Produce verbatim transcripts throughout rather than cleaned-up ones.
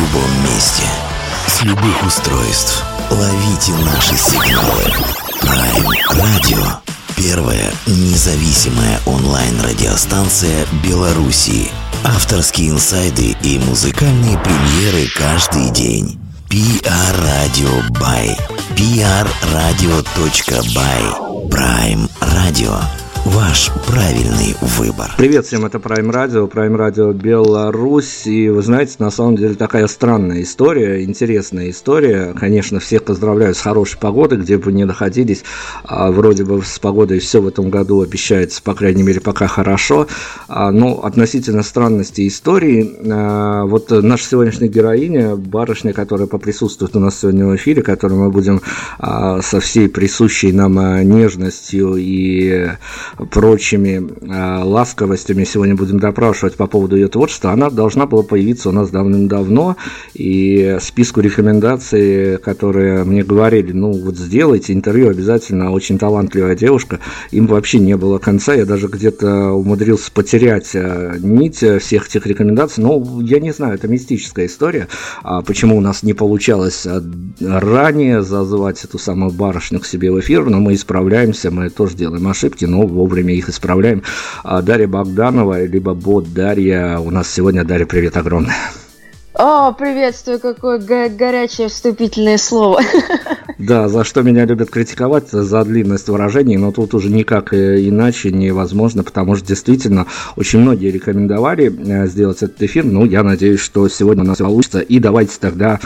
любом месте, с любых устройств. Ловите наши сигналы. Prime Radio. Первая независимая онлайн-радиостанция Беларуси. Авторские инсайды и музыкальные премьеры каждый день. пи ар Radio by. пи ар радио точка бай. Prime Radio. Ваш правильный выбор. Привет всем, это Prime Radio, Prime Radio Беларусь. И вы знаете, на самом деле такая странная история, интересная история. Конечно, всех поздравляю с хорошей погодой, где бы ни находились. А, вроде бы с погодой все в этом году обещается, по крайней мере, пока хорошо. А, но относительно странности истории, а, вот наша сегодняшняя героиня, барышня, которая поприсутствует у нас сегодня в эфире, которую мы будем а, со всей присущей нам а, нежностью и прочими э, ласковостями сегодня будем допрашивать по поводу ее творчества. Она должна была появиться у нас давным-давно, и списку рекомендаций, которые мне говорили, ну вот сделайте интервью обязательно, очень талантливая девушка, им вообще не было конца. Я даже где-то умудрился потерять э, нить всех этих рекомендаций, но я не знаю, это мистическая история, а почему у нас не получалось ранее зазвать эту самую барышню к себе в эфир, но мы исправляемся, мы тоже делаем ошибки, но вовремя их исправляем. Дарья Богданова, либо бот Дарья. У нас сегодня, Дарья, привет огромное. О, приветствую, какое го- горячее вступительное слово. Да, за что меня любят критиковать, за длинность выражений, но тут уже никак иначе невозможно, потому что действительно очень многие рекомендовали сделать этот эфир. Ну, я надеюсь, что сегодня у нас получится. И давайте тогда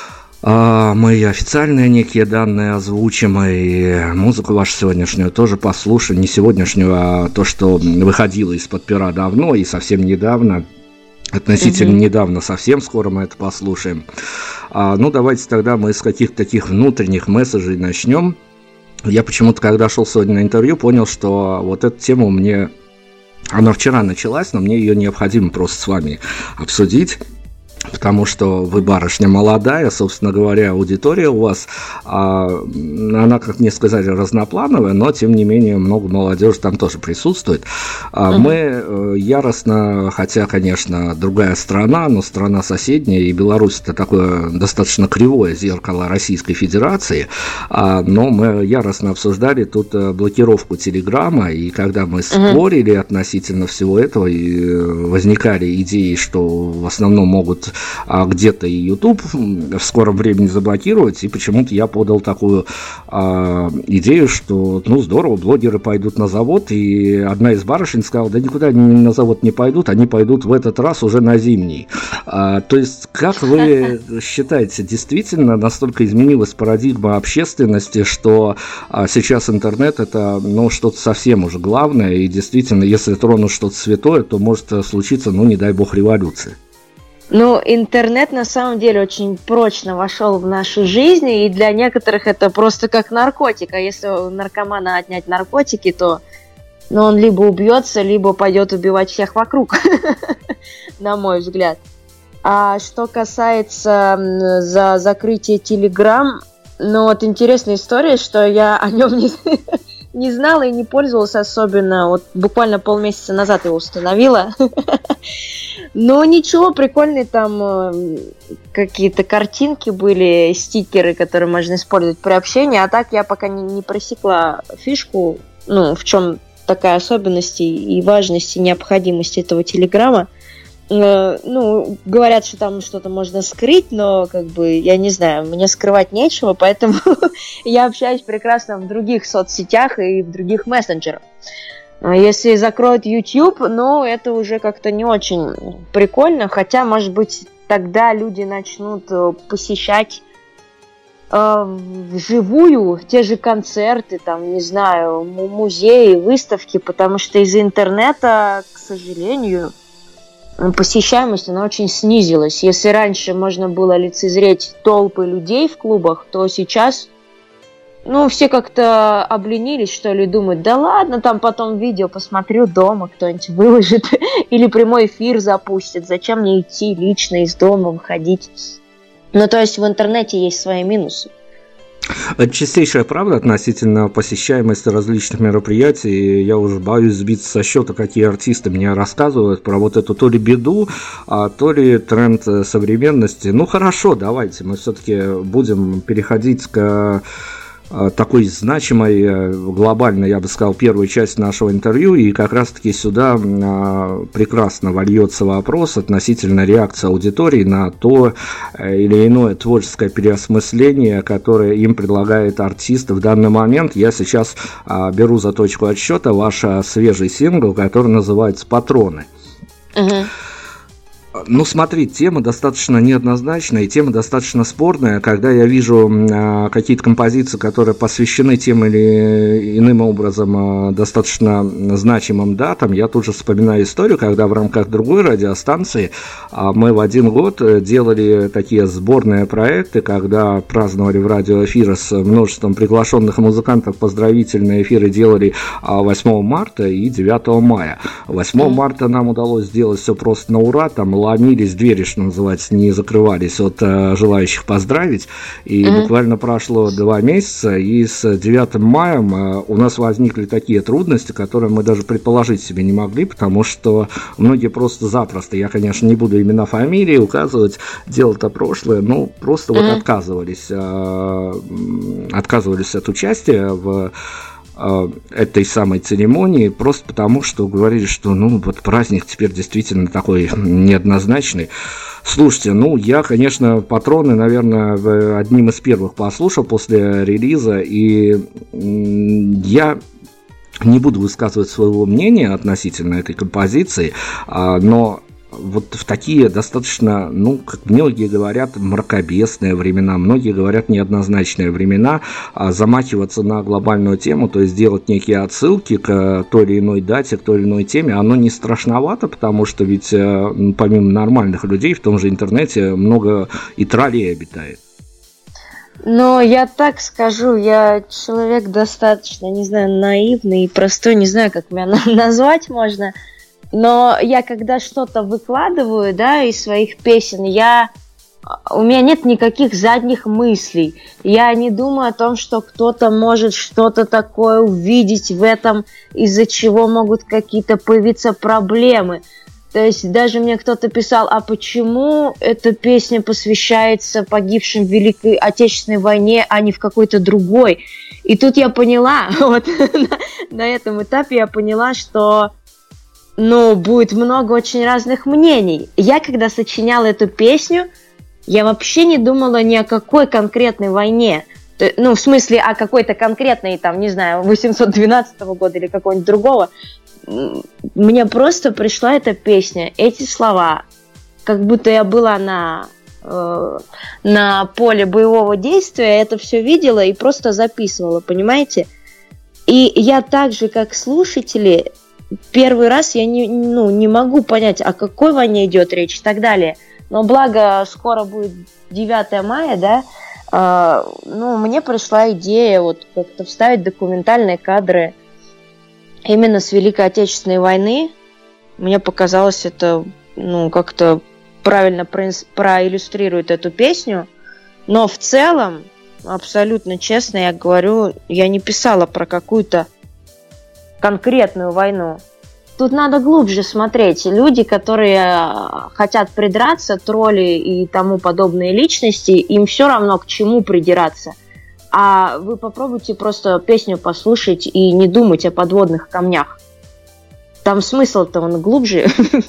мы официальные некие данные озвучим, и музыку вашу сегодняшнюю тоже послушаем. Не сегодняшнюю, а то, что выходило из-под пера давно и совсем недавно. Относительно mm-hmm. недавно, совсем скоро мы это послушаем. А, ну, давайте тогда мы с каких-то таких внутренних месседжей начнем. Я почему-то, когда шел сегодня на интервью, понял, что вот эта тема мне... Она вчера началась, но мне ее необходимо просто с вами обсудить. Потому что вы, барышня, молодая, собственно говоря, аудитория у вас, а, она, как мне сказали, разноплановая, но, тем не менее, много молодежи там тоже присутствует. А, uh-huh. Мы э, яростно, хотя, конечно, другая страна, но страна соседняя, и Беларусь – это такое достаточно кривое зеркало Российской Федерации, а, но мы яростно обсуждали тут блокировку Телеграма, и когда мы спорили uh-huh. относительно всего этого, и возникали идеи, что в основном могут а где-то и YouTube в скором времени заблокировать, и почему-то я подал такую а, идею, что, ну, здорово, блогеры пойдут на завод, и одна из барышень сказала, да никуда они на завод не пойдут, они пойдут в этот раз уже на зимний. А, то есть, как вы считаете, действительно настолько изменилась парадигма общественности, что а, сейчас интернет это, ну, что-то совсем уже главное, и действительно, если тронуть что-то святое, то может случиться, ну, не дай бог, революция. Ну, интернет на самом деле очень прочно вошел в нашу жизнь, и для некоторых это просто как наркотик. А если у наркомана отнять наркотики, то ну, он либо убьется, либо пойдет убивать всех вокруг, на мой взгляд. А что касается за закрытия Telegram, ну вот интересная история, что я о нем не, не знала и не пользовалась особенно. Вот буквально полмесяца назад его установила. Но ничего, прикольные там какие-то картинки были, стикеры, которые можно использовать при общении. А так я пока не, не просекла фишку, ну, в чем такая особенность и важность и необходимость этого Телеграма. Ну, говорят, что там что-то можно скрыть, но, как бы, я не знаю, мне скрывать нечего, поэтому я общаюсь прекрасно в других соцсетях и в других мессенджерах. Если закроют YouTube, ну, это уже как-то не очень прикольно, хотя, может быть, тогда люди начнут посещать э, вживую те же концерты, там, не знаю, музеи, выставки, потому что из-за интернета, к сожалению, посещаемость, она очень снизилась. Если раньше можно было лицезреть толпы людей в клубах, то сейчас... Ну, все как-то обленились, что ли, думают, да ладно, там потом видео посмотрю дома, кто-нибудь выложит, или прямой эфир запустит, зачем мне идти лично из дома, выходить. Ну, то есть в интернете есть свои минусы. Это чистейшая правда относительно посещаемости различных мероприятий. Я уже боюсь сбиться со счета, какие артисты мне рассказывают про вот эту то ли беду, а то ли тренд современности. Ну хорошо, давайте мы все-таки будем переходить к такой значимой, глобальной, я бы сказал, первой части нашего интервью, и как раз-таки сюда прекрасно вольется вопрос относительно реакции аудитории на то или иное творческое переосмысление, которое им предлагает артист в данный момент. Я сейчас беру за точку отсчета ваш свежий сингл, который называется «Патроны». Uh-huh. Ну, смотри, тема достаточно неоднозначная, и тема достаточно спорная. Когда я вижу а, какие-то композиции, которые посвящены тем или иным образом а, достаточно значимым датам, я тут же вспоминаю историю, когда в рамках другой радиостанции а, мы в один год делали такие сборные проекты, когда праздновали в радиоэфире с множеством приглашенных музыкантов, поздравительные эфиры делали а, восьмого марта и девятого мая. восьмого марта нам удалось сделать все просто на ура, там ломились двери, что называется, не закрывались от э, желающих поздравить, и mm-hmm. буквально прошло два месяца, и с девятым маем э, у нас возникли такие трудности, которые мы даже предположить себе не могли, потому что многие просто запросто, я, конечно, не буду имена, фамилии указывать, дело-то прошлое, но просто mm-hmm. вот отказывались, э, отказывались от участия в этой самой церемонии, просто потому, что говорили, что ну вот праздник теперь действительно такой неоднозначный. Слушайте, ну я, конечно, «Патроны», наверное, одним из первых послушал после релиза, и я не буду высказывать своего мнения относительно этой композиции, но вот в такие достаточно, ну, как многие говорят, мракобесные времена, многие говорят неоднозначные времена, а замахиваться на глобальную тему, то есть делать некие отсылки к той или иной дате, к той или иной теме, оно не страшновато, потому что ведь помимо нормальных людей в том же интернете много и троллей обитает. Но я так скажу, я человек достаточно, не знаю, наивный и простой, не знаю, как меня назвать можно. Но я когда что-то выкладываю, да, из своих песен, я, у меня нет никаких задних мыслей. Я не думаю о том, что кто-то может что-то такое увидеть в этом, из-за чего могут какие-то появиться проблемы. То есть даже мне кто-то писал, а почему эта песня посвящается погибшим в Великой Отечественной войне, а не в какой-то другой? И тут я поняла, вот на, на этом этапе я поняла, что ну, будет много очень разных мнений. Я, когда сочиняла эту песню, я вообще не думала ни о какой конкретной войне. Ну, в смысле, о какой-то конкретной, там, не знаю, восемьсот двенадцатого года или какого-нибудь другого. Мне просто пришла эта песня, эти слова, как будто я была на, э, на поле боевого действия, это все видела и просто записывала, понимаете? И я так же, как слушатели, первый раз я не, ну, не могу понять, о какой войне идет речь и так далее. Но благо скоро будет девятое мая, да, э, ну, мне пришла идея вот как-то вставить документальные кадры именно с Великой Отечественной войны. Мне показалось, это ну, как-то правильно про- проиллюстрирует эту песню. Но в целом, абсолютно честно, я говорю, я не писала про какую-то конкретную войну. Тут надо глубже смотреть. Люди, которые хотят придраться, тролли и тому подобные личности, им все равно к чему придираться. А вы попробуйте просто песню послушать и не думать о подводных камнях. Там смысл-то он глубже.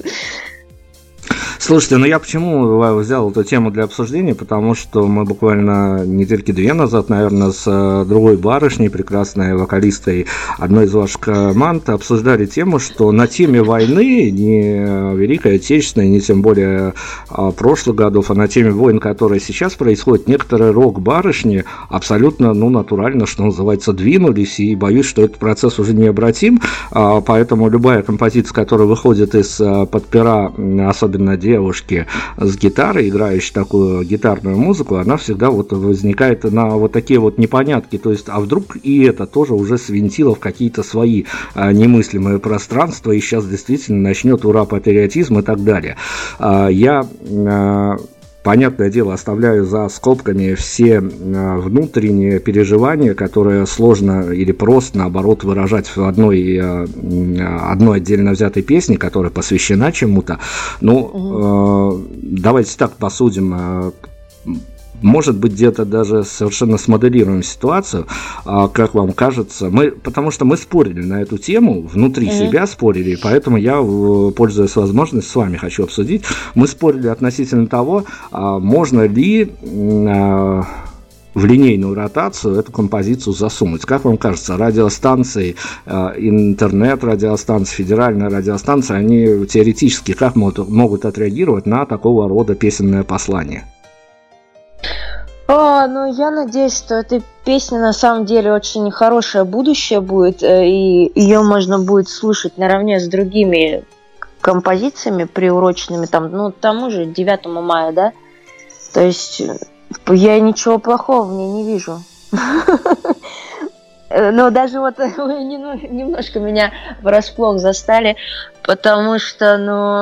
Слушайте, ну я почему взял эту тему для обсуждения, потому что мы буквально недельки две назад, наверное, с другой барышней, прекрасной вокалистой одной из ваших команд, обсуждали тему, что на теме войны, не Великой Отечественной, не тем более прошлых годов, а на теме войн, которые сейчас происходят, некоторые рок-барышни абсолютно, ну, натурально, что называется, двинулись, и боюсь, что этот процесс уже необратим, поэтому любая композиция, которая выходит из-под пера, особенно девушки с гитарой, играющей такую гитарную музыку, она всегда вот возникает на вот такие вот непонятки, то есть, а вдруг и это тоже уже свинтило в какие-то свои а, немыслимые пространства, и сейчас действительно начнет ура-патриотизм и так далее. А, я а, понятное дело, оставляю за скобками все внутренние переживания, которые сложно или просто, наоборот, выражать в одной, одной отдельно взятой песне, которая посвящена чему-то. Ну, угу. давайте так посудим. Может быть, где-то даже совершенно смоделируем ситуацию, как вам кажется. Мы, потому что мы спорили на эту тему, внутри mm-hmm. себя спорили, и поэтому я, пользуясь возможностью, с вами хочу обсудить. Мы спорили относительно того, можно ли в линейную ротацию эту композицию засунуть. Как вам кажется, радиостанции, интернет-радиостанции, федеральные радиостанции, они теоретически как могут, могут отреагировать на такого рода песенное послание? О, ну, я надеюсь, что эта песня на самом деле очень хорошее будущее будет, и ее можно будет слушать наравне с другими композициями, приуроченными там, ну, тому же девятому мая, да? То есть я ничего плохого в ней не вижу. Но даже вот вы немножко меня врасплох застали, потому что,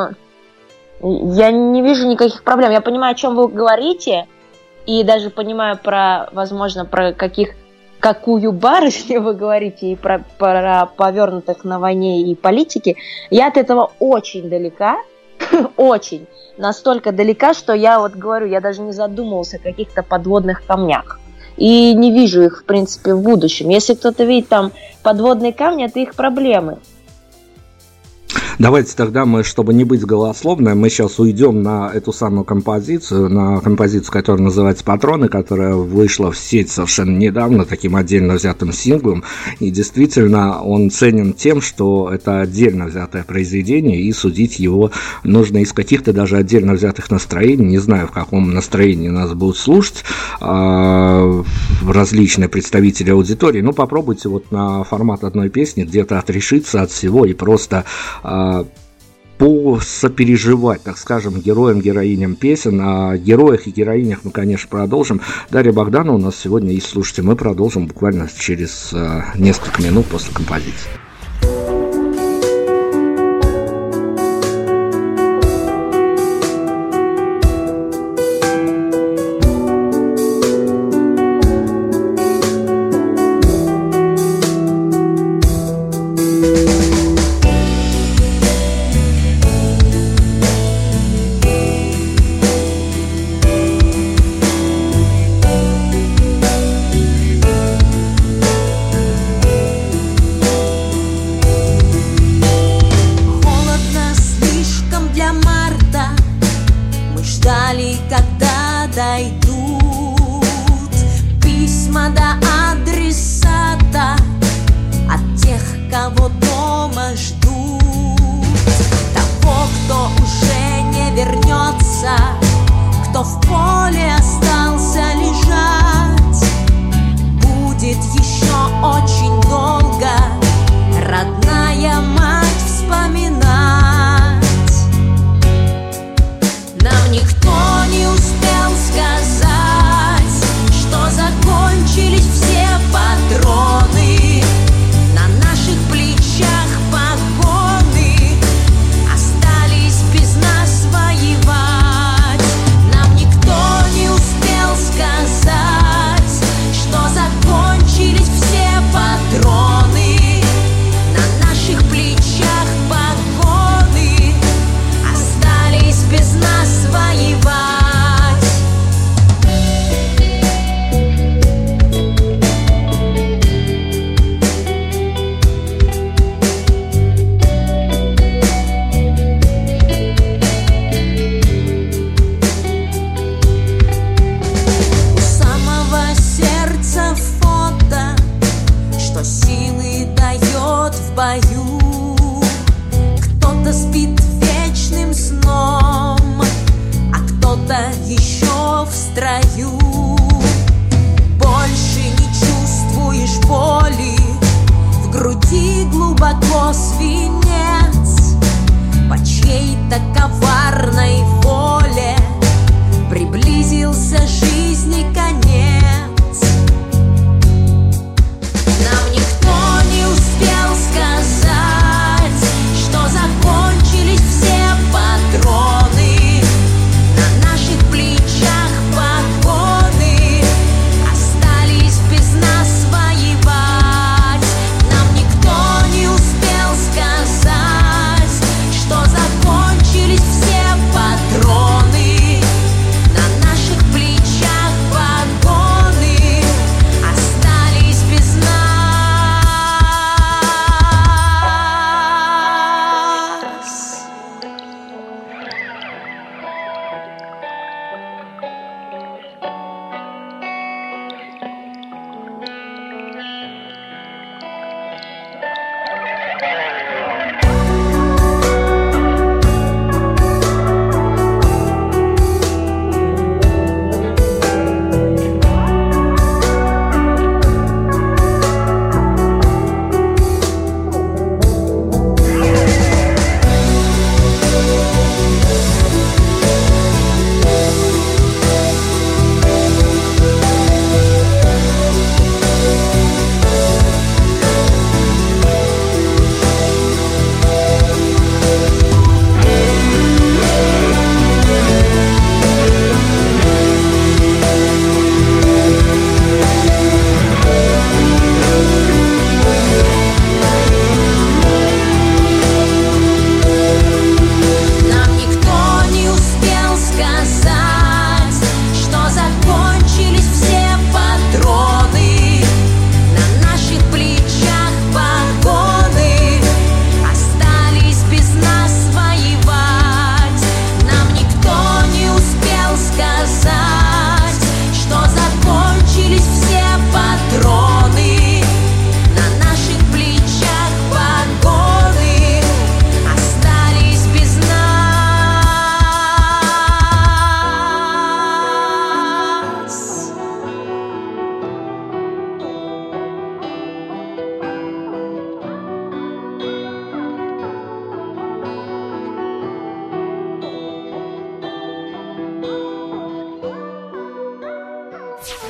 ну, я не вижу никаких проблем. Я понимаю, о чем вы говорите, и даже понимаю про, возможно, про каких, какую барышню вы говорите, и про, про повернутых на войне и политике. Я от этого очень далека, очень, настолько далека, что я вот говорю, я даже не задумывался о каких-то подводных камнях. И не вижу их, в принципе, в будущем. Если кто-то видит там подводные камни, это их проблемы. Давайте тогда мы, чтобы не быть голословной, мы сейчас уйдем на эту самую композицию, на композицию, которая называется «Патроны», которая вышла в сеть совершенно недавно, таким отдельно взятым синглом, и действительно он ценен тем, что это отдельно взятое произведение, и судить его нужно из каких-то даже отдельно взятых настроений, не знаю, в каком настроении нас будут слушать э, различные представители аудитории, но попробуйте вот на формат одной песни где-то отрешиться от всего и просто э, посопереживать, так скажем, героям, героиням песен. О героях и героинях мы, конечно, продолжим. Дарья Богданова у нас сегодня есть. Слушайте, мы продолжим буквально через э, несколько минут после композиции. Плечах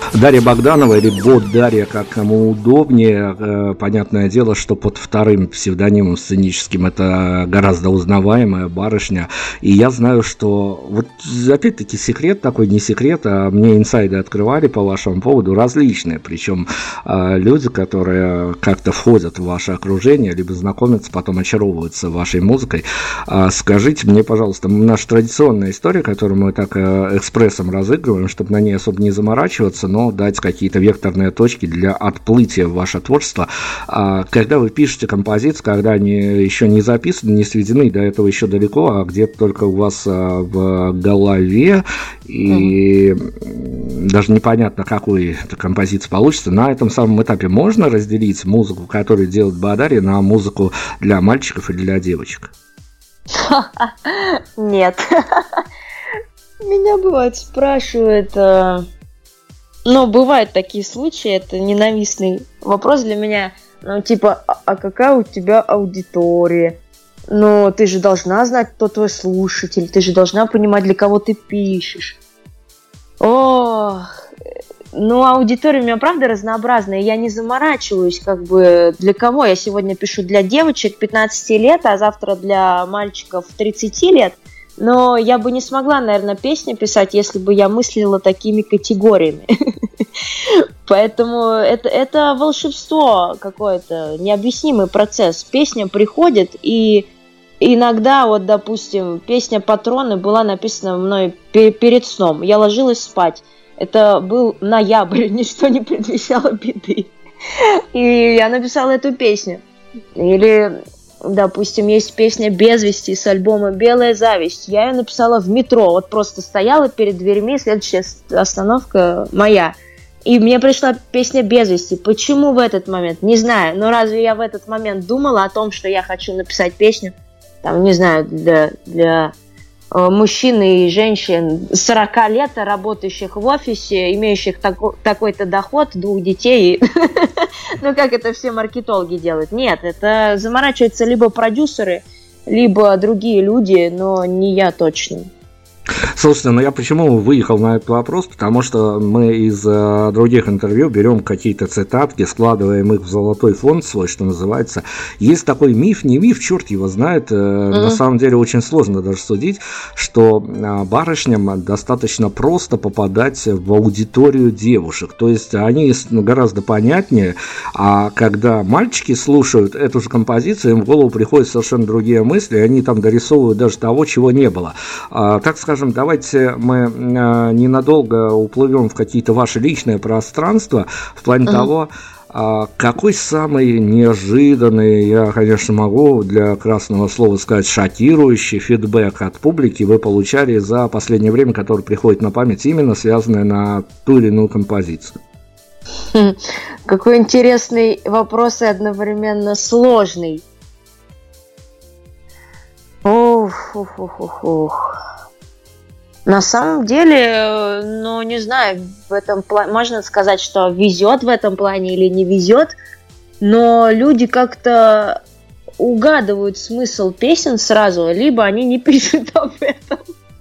Дарья Богданова или бот Дарья, как кому удобнее. Понятное дело, что под вторым псевдонимом сценическим это гораздо узнаваемая барышня. И я знаю, что вот опять-таки секрет такой, не секрет, а мне инсайды открывали по вашему поводу различные. Причем люди, которые как-то входят в ваше окружение, либо знакомятся, потом очаровываются вашей музыкой. Скажите мне, пожалуйста, наша традиционная история, которую мы так экспрессом разыгрываем, чтобы на ней особо не заморачиваться, но дать какие-то векторные точки для отплытия в ваше творчество. Когда вы пишете композиции, когда они еще не записаны, не сведены, до этого еще далеко, а где-то только у вас в голове, и mm-hmm. даже непонятно, какой эта композиция получится, на этом самом этапе можно разделить музыку, которую делает Бадарья, на музыку для мальчиков или для девочек? Нет. Меня бывает спрашивают, э, но бывают такие случаи, это ненавистный вопрос для меня, ну типа, а, а какая у тебя аудитория? Ну ты же должна знать, кто твой слушатель, ты же должна понимать, для кого ты пишешь. Ох, ну аудитория у меня правда разнообразная, я не заморачиваюсь, как бы для кого. Я сегодня пишу для девочек пятнадцати лет, а завтра для мальчиков тридцати лет. Но я бы не смогла, наверное, песни писать, если бы я мыслила такими категориями. Поэтому это, это волшебство какое-то, необъяснимый процесс. Песня приходит, и иногда, вот, допустим, песня «Патроны» была написана мной перед сном. Я ложилась спать. Это был ноябрь, ничто не предвещало беды. И я написала эту песню. Или... Допустим, есть песня «Без вести» с альбома «Белая зависть». Я ее написала в метро. Вот просто стояла перед дверьми, следующая остановка моя. И мне пришла песня «Без вести». Почему в этот момент? Не знаю. Но разве я в этот момент думала о том, что я хочу написать песню? Там, не знаю, для, для э, мужчин и женщин сорока лет, работающих в офисе, имеющих тако, такой-то доход, двух детей. Ну, как это все маркетологи делают? Нет, это заморачиваются либо продюсеры, либо другие люди, но не я точно. Собственно, ну я почему выехал на этот вопрос, потому что мы из э, других интервью берем какие-то цитатки, складываем их в золотой фонд свой, что называется. Есть такой миф, не миф, черт его знает, э, mm-hmm. на самом деле очень сложно даже судить, что э, барышням достаточно просто попадать в аудиторию девушек, то есть они ну, гораздо понятнее, а когда мальчики слушают эту же композицию, им в голову приходят совершенно другие мысли, и они там дорисовывают даже того, чего не было. А, так скажем, давайте мы э, ненадолго уплывем в какие-то ваши личные пространства в плане uh-huh. того, э, какой самый неожиданный, я, конечно, могу для красного слова сказать, шокирующий фидбэк от публики вы получали за последнее время, который приходит на память, именно связанный на ту или иную композицию? Хм, какой интересный вопрос и одновременно сложный. Ух, ух, ух, ух, ух. На самом деле, ну, не знаю, в этом плане, можно сказать, что везет в этом плане или не везет, но люди как-то угадывают смысл песен сразу, либо они не пишут об этом.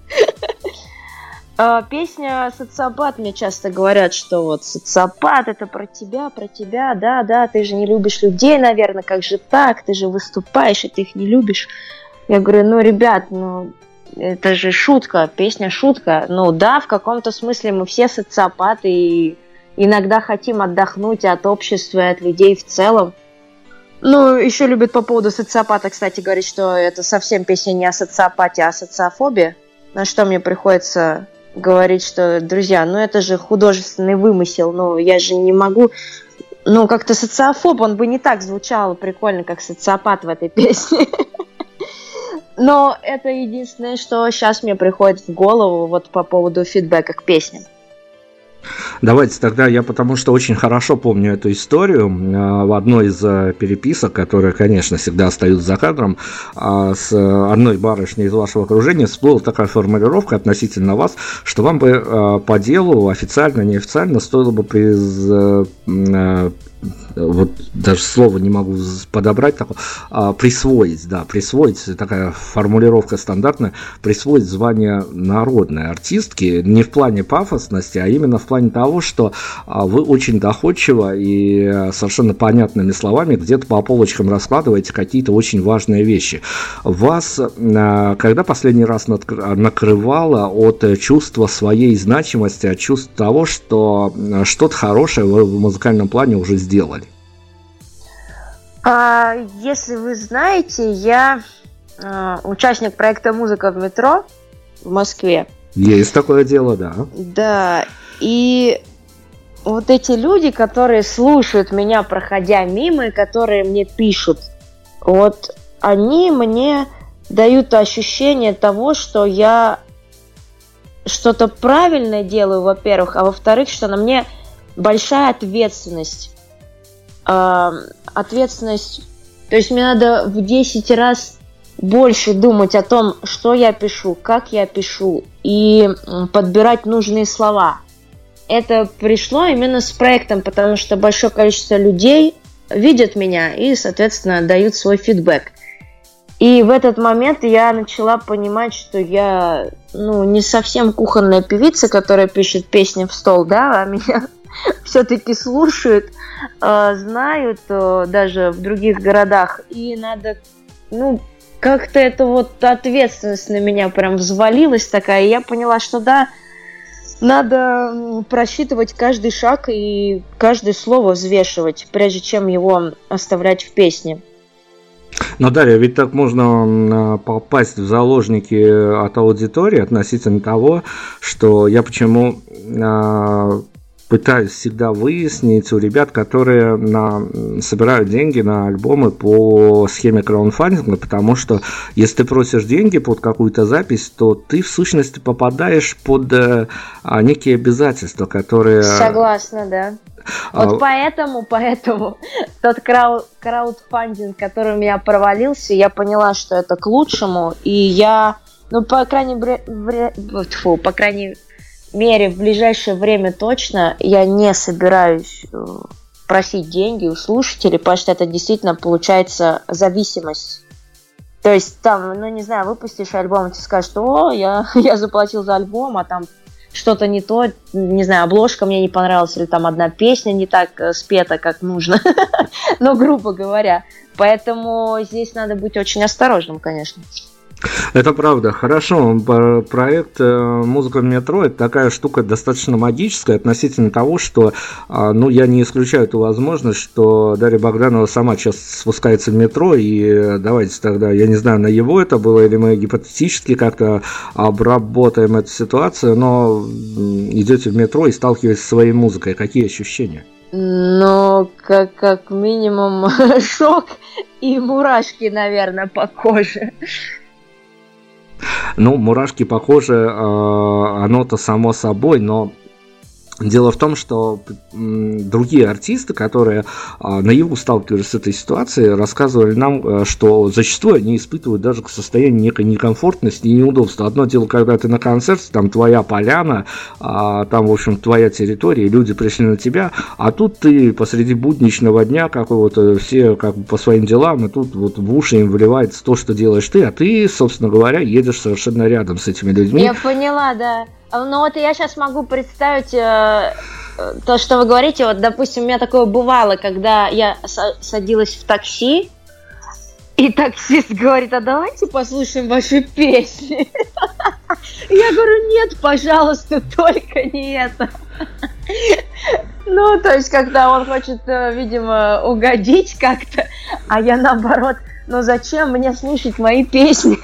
Песня «Социопат», мне часто говорят, что вот социопат — это про тебя, про тебя, да, да, ты же не любишь людей, наверное, как же так, ты же выступаешь, и ты их не любишь. Я говорю, ну, ребят, ну... это же шутка, песня шутка. Ну да, в каком-то смысле мы все социопаты и иногда хотим отдохнуть от общества и от людей в целом. Ну, еще любят по поводу социопата, кстати, говорить, что это совсем песня не о социопате, а о социофобии. На что мне приходится говорить, что, друзья, ну это же художественный вымысел, ну я же не могу... Ну, как-то социофоб, он бы не так звучал прикольно, как социопат в этой песне. Но это единственное, что сейчас мне приходит в голову вот по поводу фидбэка к песням. Давайте тогда, я потому что очень хорошо помню эту историю, в одной из переписок, которые, конечно, всегда остаются за кадром, с одной барышней из вашего окружения всплыла такая формулировка относительно вас, что вам бы по делу официально, неофициально стоило бы приз... вот даже слово не могу подобрать, такое, а, присвоить, да, присвоить, такая формулировка стандартная, присвоить звание народной артистки, не в плане пафосности, а именно в плане того, что а, вы очень доходчиво и совершенно понятными словами где-то по полочкам раскладываете какие-то очень важные вещи. Вас, а, когда последний раз накрывало от чувства своей значимости, от чувства того, что что-то хорошее вы в музыкальном плане уже сделали? А, если вы знаете, я а, участник проекта «Музыка в метро» в Москве. Есть такое дело, да. Да, и вот эти люди, которые слушают меня, проходя мимо, и которые мне пишут, вот они мне дают ощущение того, что я что-то правильное делаю, во-первых, а во-вторых, что на мне большая ответственность. Э, ответственность, то есть мне надо в десять раз больше думать о том, что я пишу, как я пишу, и подбирать нужные слова. Это пришло именно с проектом, потому что большое количество людей видят меня и, соответственно, дают свой фидбэк. И в этот момент я начала понимать, что я, ну, не совсем кухонная певица, которая пишет песни в стол, да, а меня все-таки слушают, знают даже в других городах. И надо, ну, как-то эта вот ответственность на меня прям взвалилась такая, и я поняла, что да, надо просчитывать каждый шаг и каждое слово взвешивать, прежде чем его оставлять в песне. Но, Дарья, ведь так можно попасть в заложники от аудитории относительно того, что я почему пытаюсь всегда выяснить у ребят, которые на, собирают деньги на альбомы по схеме краудфандинга, потому что если ты просишь деньги под какую-то запись, то ты в сущности попадаешь под а, некие обязательства, которые... Согласна, да. Вот а... поэтому, поэтому тот крауд, краудфандинг, который у меня провалился, я поняла, что это к лучшему, и я, ну, по крайней мере, фу, по крайней мере, в ближайшее время точно я не собираюсь просить деньги у слушателей, потому что это действительно получается зависимость. То есть там, ну не знаю, выпустишь альбом, и тебе скажут, о, я, я заплатил за альбом, а там что-то не то, не знаю, обложка мне не понравилась, или там одна песня не так спета, как нужно, ну, грубо говоря. Поэтому здесь надо быть очень осторожным, конечно. Это правда. Хорошо. Проект «Музыка в метро» — это такая штука достаточно магическая относительно того, что, ну, я не исключаю эту возможность, что Дарья Богданова сама сейчас спускается в метро, и давайте тогда, я не знаю, на его это было, или мы гипотетически как-то обработаем эту ситуацию, но идете в метро и сталкиваетесь со своей музыкой. Какие ощущения? Ну, как, как минимум шок и мурашки, наверное, по коже. Ну, мурашки похожи, оно-то само собой, но дело в том, что другие артисты, которые наяву сталкивались с этой ситуацией, рассказывали нам, что зачастую они испытывают даже к состоянию некой некомфортности и неудобства. Одно дело, когда ты на концерте, там твоя поляна, там, в общем, твоя территория, и люди пришли на тебя, а тут ты посреди будничного дня какого-то, все как бы по своим делам, и тут вот в уши им вливается то, что делаешь ты, а ты, собственно говоря, едешь совершенно рядом с этими людьми. Я поняла, да. Ну вот я сейчас могу представить э, то, что вы говорите. Вот, допустим, у меня такое бывало, когда я садилась в такси, и таксист говорит, а давайте послушаем ваши песни. Я говорю, нет, пожалуйста, только не это. Ну, то есть, когда он хочет, видимо, угодить как-то, а я наоборот, ну зачем мне слушать мои песни?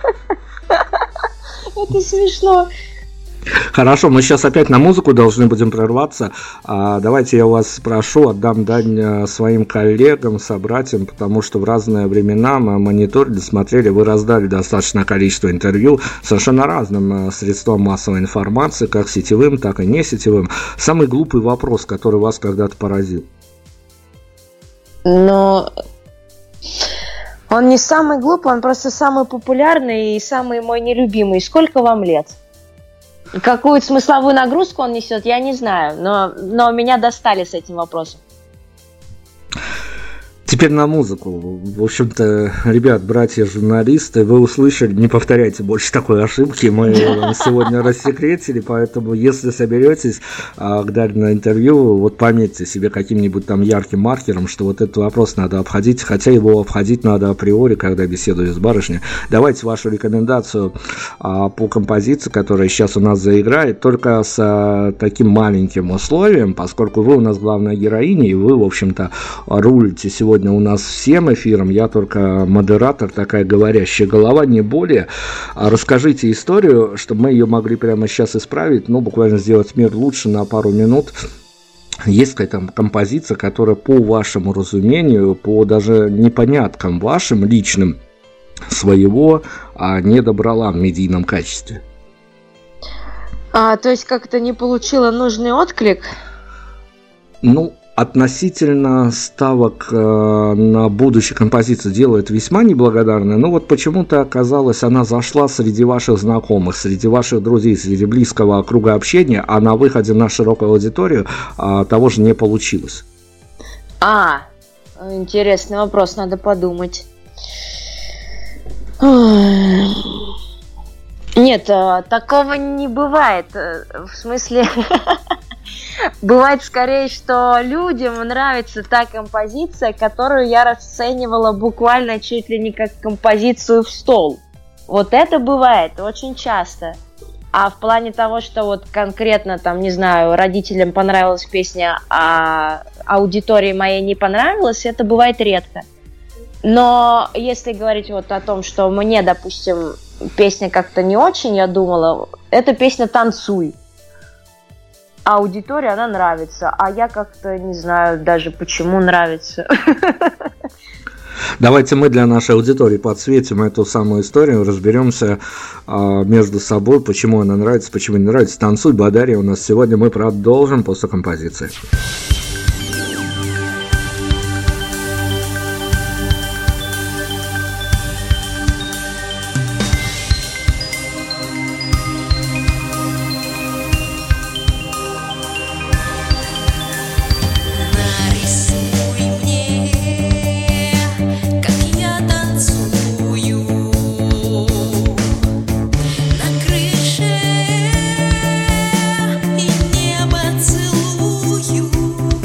Это смешно. Хорошо, мы сейчас опять на музыку должны будем прерваться. А, давайте я вас спрошу, отдам дань своим коллегам, собратьям, потому что в разные времена мы мониторили, смотрели, вы раздали достаточное количество интервью совершенно разным средствам массовой информации, как сетевым, так и не сетевым. Самый глупый вопрос, который вас когда-то поразил? Но он не самый глупый, он просто самый популярный и самый мой нелюбимый. Сколько вам лет? Какую смысловую нагрузку он несет, я не знаю, но, но меня достали с этим вопросом. Теперь на музыку. В общем-то, ребят, братья-журналисты, вы услышали, не повторяйте больше такой ошибки, мы сегодня рассекретили, поэтому если соберетесь к Дарье на интервью, вот пометьте себе каким-нибудь там ярким маркером, что вот этот вопрос надо обходить, хотя его обходить надо априори, когда беседуешь с барышней. Давайте вашу рекомендацию по композиции, которая сейчас у нас заиграет, только с таким маленьким условием, поскольку вы у нас главная героиня, и вы, в общем-то, рулите сегодня у нас всем эфиром, я только модератор, такая говорящая голова, не более. Расскажите историю, чтобы мы ее могли прямо сейчас исправить, ну, буквально сделать мир лучше на пару минут. Есть какая-то композиция, которая по вашему разумению, по даже непоняткам вашим личным, своего а не добрала в медийном качестве? А, то есть как-то не получила нужный отклик? Ну, относительно ставок э, на будущие композиции делает весьма неблагодарная, но вот почему-то оказалось, она зашла среди ваших знакомых, среди ваших друзей, среди близкого круга общения, а на выходе на широкую аудиторию э, того же не получилось. А, интересный вопрос, надо подумать. Нет, такого не бывает, в смысле... Бывает скорее, что людям нравится та композиция, которую я расценивала буквально чуть ли не как композицию в стол. Вот это бывает очень часто. А в плане того, что вот конкретно, там, не знаю, родителям понравилась песня, а аудитории моей не понравилась, это бывает редко. Но если говорить вот о том, что мне, допустим, песня как-то не очень, я думала, это песня «Танцуй». А аудитории она нравится, а я как-то не знаю даже, почему нравится. Давайте мы для нашей аудитории подсветим эту самую историю, разберемся а, между собой, почему она нравится, почему не нравится. «Танцуй», Бадарья у нас сегодня, мы продолжим после композиции. You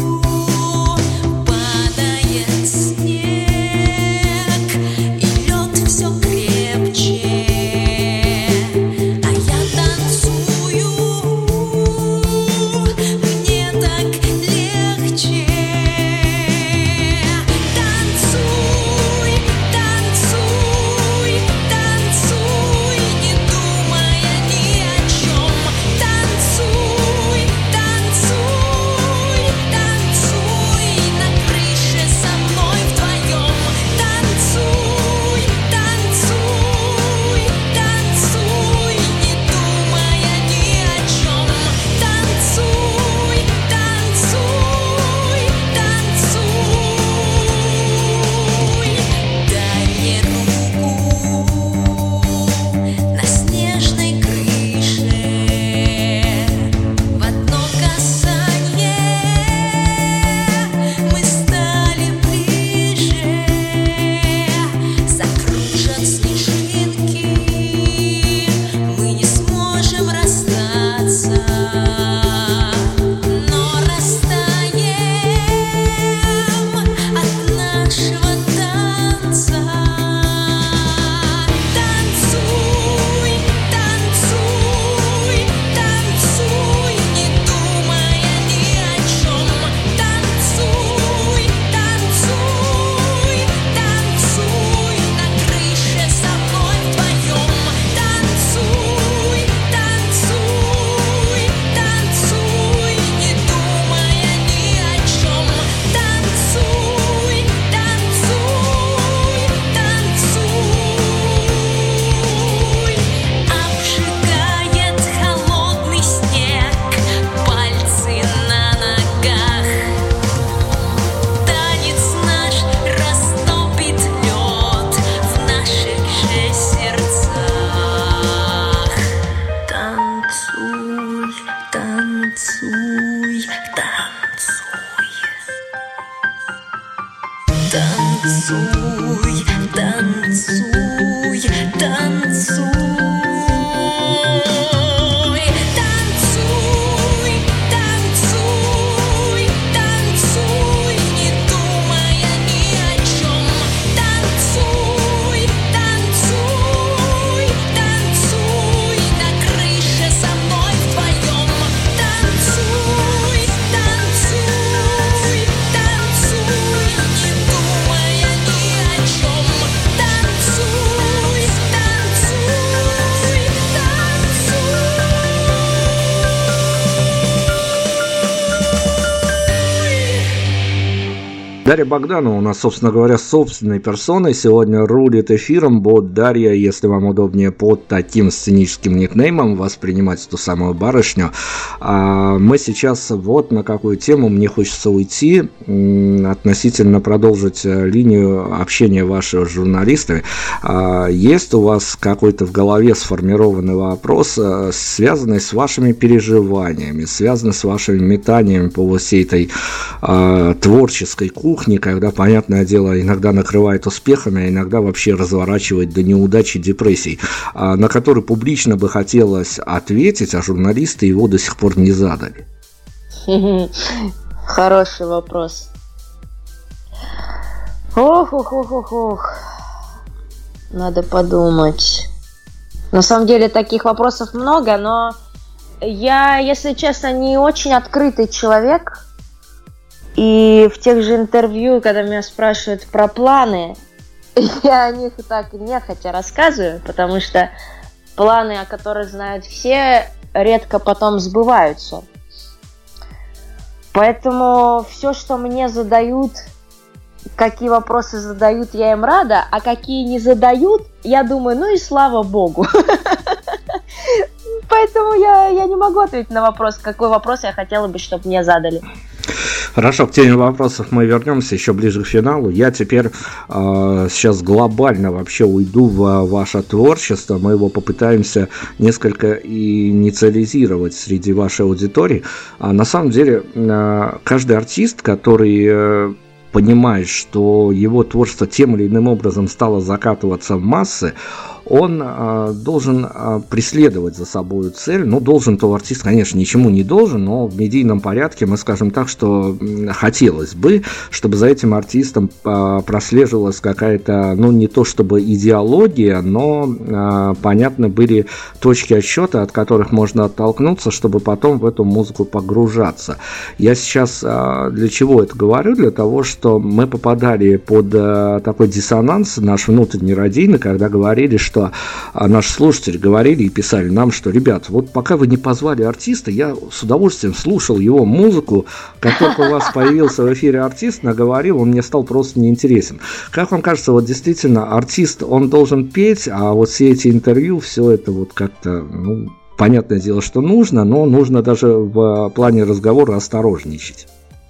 Дарья Богданова у нас, собственно говоря, собственной персоной сегодня рулит эфиром. Бот Дарья, если вам удобнее под таким сценическим никнеймом воспринимать ту самую барышню. А мы сейчас вот на какую тему мне хочется уйти, относительно продолжить линию общения вашего с журналистами. А есть у вас какой-то в голове сформированный вопрос, связанный с вашими переживаниями, связанный с вашими метаниями по всей этой а, творческой кухни, когда, понятное дело, иногда накрывает успехами, а иногда вообще разворачивает до неудачи, депрессий, а, на который публично бы хотелось ответить, а журналисты его до сих пор не задали? Хороший вопрос. Ох, ох, ох, ох, ох. Надо подумать. На самом деле таких вопросов много, но я, если честно, не очень открытый человек. И в тех же интервью, когда меня спрашивают про планы, я о них так нехотя рассказываю, потому что планы, о которых знают все, редко потом сбываются. Поэтому все, что мне задают, какие вопросы задают, я им рада, а какие не задают, я думаю, ну и слава богу. Поэтому я, я не могу ответить на вопрос, какой вопрос я хотела бы, чтобы мне задали. Хорошо, к теме вопросов мы вернемся еще ближе к финалу. Я теперь э, сейчас глобально вообще уйду в ваше творчество. Мы его попытаемся несколько инициализировать среди вашей аудитории. А на самом деле э, каждый артист, который э, понимает, что его творчество тем или иным образом стало закатываться в массы, он э, должен э, преследовать за собой цель. Ну, должен-то артист, конечно, ничему не должен, но в медийном порядке мы скажем так, что хотелось бы, чтобы за этим артистом э, прослеживалась какая-то, ну, не то чтобы идеология, но э, понятны были точки отсчета, от которых можно оттолкнуться, чтобы потом в эту музыку погружаться. Я сейчас э, для чего это говорю? Для того, что мы попадали под э, такой диссонанс, наш внутренний радийный, когда говорили, что а наши слушатели говорили и писали нам, что, ребят, вот пока вы не позвали артиста, я с удовольствием слушал его музыку, как только у вас появился в эфире артист, наговорил, он мне стал просто неинтересен. Как вам кажется, вот действительно артист, он должен петь, а вот все эти интервью, все это вот как-то, ну, понятное дело, что нужно, но нужно даже в плане разговора осторожничать.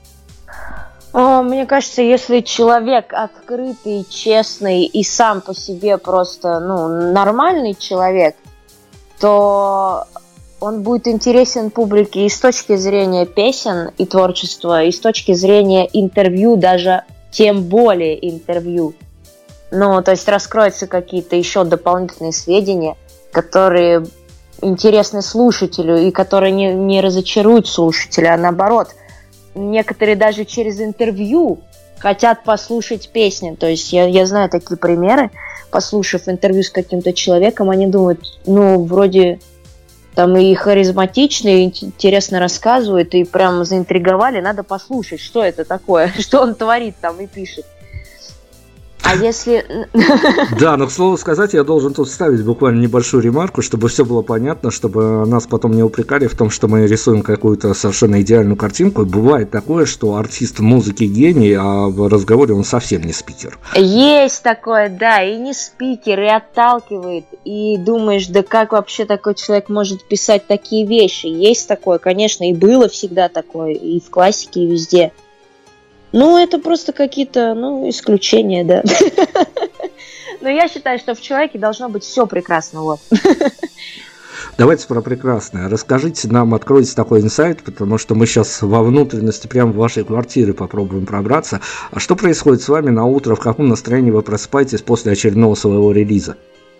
Мне кажется, если человек открытый, честный и сам по себе просто, ну, нормальный человек, то он будет интересен публике и с точки зрения песен и творчества, и с точки зрения интервью, даже тем более интервью. Ну, то есть раскроются какие-то еще дополнительные сведения, которые интересны слушателю и которые не, не разочаруют слушателя, а наоборот. Некоторые даже через интервью хотят послушать песни. То есть я, я знаю такие примеры. Послушав интервью с каким-то человеком, они думают, ну, вроде там и харизматичный, и интересно рассказывает, и прям заинтриговали, надо послушать, что это такое, что он творит там и пишет. А если... Да, но, к слову сказать, я должен тут вставить буквально небольшую ремарку, чтобы все было понятно, чтобы нас потом не упрекали в том, что мы рисуем какую-то совершенно идеальную картинку. И бывает такое, что артист в музыке гений, а в разговоре он совсем не спикер. Есть такое, да, и не спикер, и отталкивает, и думаешь, да как вообще такой человек может писать такие вещи? Есть такое, конечно, и было всегда такое, и в классике, и везде. Ну, это просто какие-то, ну, исключения, да. Но я считаю, что в человеке должно быть все прекрасно, вот. Давайте про прекрасное. Расскажите нам, откройте такой инсайт, потому что мы сейчас во внутренности прямо в вашей квартире попробуем пробраться. А что происходит с вами на утро? В каком настроении вы просыпаетесь после очередного своего релиза?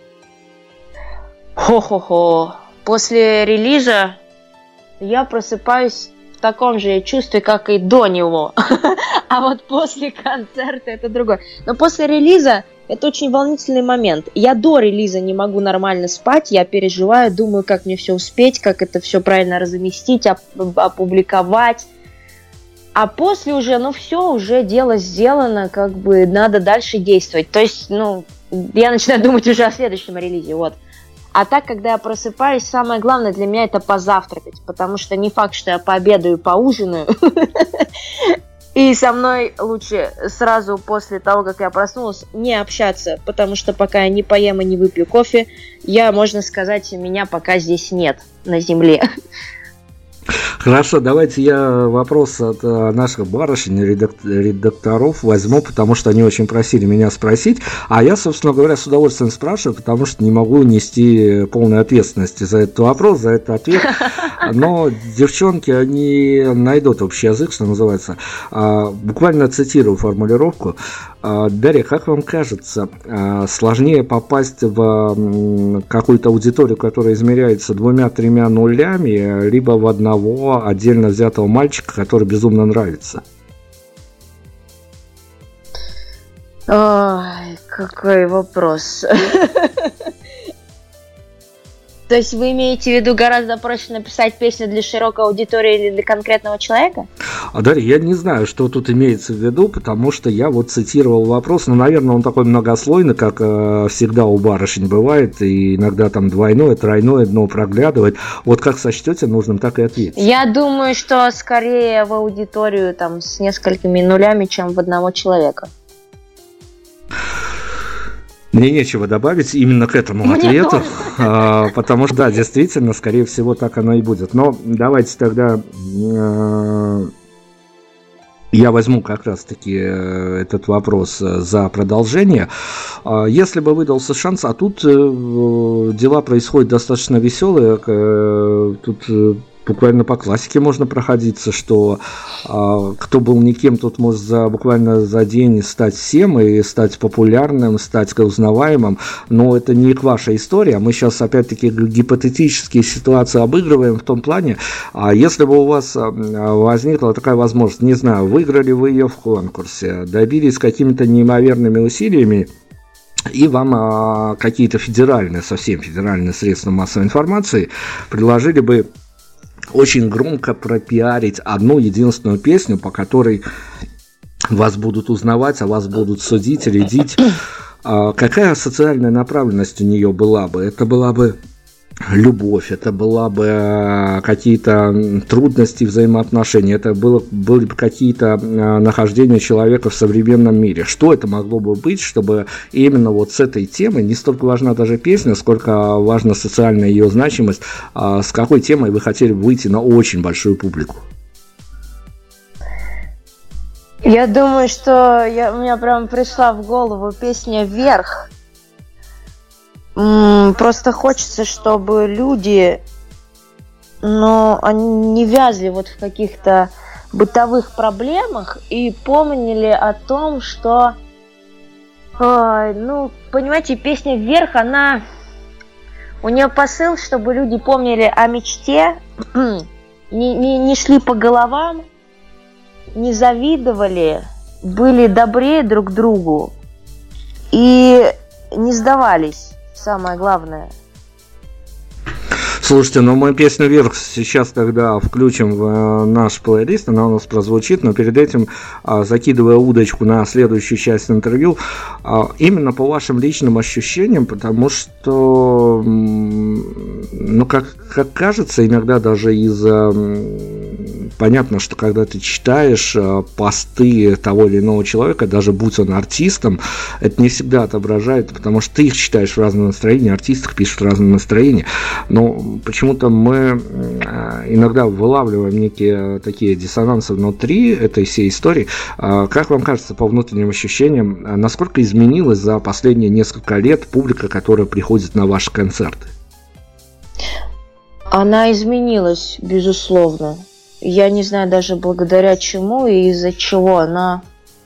Хо-хо-хо. После релиза я просыпаюсь в таком же чувстве, как и до него. А вот после концерта это другое. Но после релиза это очень волнительный момент. Я до релиза не могу нормально спать, я переживаю, думаю, как мне все успеть, как это все правильно разместить, опубликовать. А после уже, ну все, уже дело сделано, как бы надо дальше действовать. То есть, ну, я начинаю думать уже о следующем релизе, вот. А так, когда я просыпаюсь, самое главное для меня это позавтракать, потому что не факт, что я пообедаю, поужинаю. И И со мной лучше сразу после того, как я проснулась, не общаться, потому что пока я не поем и не выпью кофе, я, можно сказать, меня пока здесь нет на земле. Хорошо, давайте я вопрос от наших барышень, редакторов возьму, потому что они очень просили меня спросить, а я, собственно говоря, с удовольствием спрашиваю, потому что не могу нести полной ответственности за этот вопрос, за этот ответ, но девчонки, они найдут общий язык, что называется. Буквально цитирую формулировку. Дарья, как вам кажется, сложнее попасть в какую-то аудиторию, которая измеряется двумя-тремя нулями, либо в одного отдельно взятого мальчика, который безумно нравится? Ой, какой вопрос. То есть вы имеете в виду, гораздо проще написать песню для широкой аудитории или для конкретного человека? А, Дарья, я не знаю, что тут имеется в виду, потому что я вот цитировал вопрос, но, наверное, он такой многослойный, как э, всегда у барышень бывает, и иногда там двойное, тройное дно проглядывает. Вот как сочтете нужным, так и ответить. Я думаю, что скорее в аудиторию там с несколькими нулями, чем в одного человека. Мне нечего добавить именно к этому Мне ответу, а, потому что, да, действительно, скорее всего, так оно и будет. Но давайте тогда а, я возьму как раз-таки этот вопрос за продолжение. А, если бы выдался шанс, а тут а, дела происходят достаточно веселые, а, тут буквально по классике можно проходиться, что а, кто был никем, тот может за, буквально за день стать всем и стать популярным, стать узнаваемым, но это не к вашей истории, мы сейчас опять-таки гипотетические ситуации обыгрываем в том плане, а если бы у вас возникла такая возможность, не знаю, выиграли вы ее в конкурсе, добились какими-то неимоверными усилиями, и вам а, какие-то федеральные, совсем федеральные средства массовой информации предложили бы очень громко пропиарить одну единственную песню, по которой вас будут узнавать, а вас будут судить, рядить. А какая социальная направленность у нее была бы? Это была бы любовь, это была бы какие-то трудности взаимоотношений, это было, были бы какие-то нахождения человека в современном мире. Что это могло бы быть, чтобы именно вот с этой темой, не столько важна даже песня, сколько важна социальная ее значимость, а с какой темой вы хотели выйти на очень большую публику? Я думаю, что я, у меня прям пришла в голову песня «Вверх». Просто хочется, чтобы люди, но они не вязли вот в каких-то бытовых проблемах и помнили о том, что, э, ну, понимаете, песня «Вверх», она, у нее посыл, чтобы люди помнили о мечте, не, не, не шли по головам, не завидовали, были добрее друг другу и не сдавались. Самое главное. Слушайте, ну мы песню «Вверх» сейчас тогда включим в наш плейлист, она у нас прозвучит, но перед этим, закидывая удочку на следующую часть интервью, именно по вашим личным ощущениям, потому что, ну, как, как кажется, иногда даже из-за... Понятно, что когда ты читаешь посты того или иного человека, даже будь он артистом, это не всегда отображает, потому что ты их читаешь в разном настроении, артисты пишут в разном настроении, но почему-то мы иногда вылавливаем некие такие диссонансы внутри этой всей истории. Как вам кажется, по внутренним ощущениям, насколько изменилась за последние несколько лет публика, которая приходит на ваши концерты? Она изменилась, безусловно. Я не знаю даже благодаря чему и из-за чего она...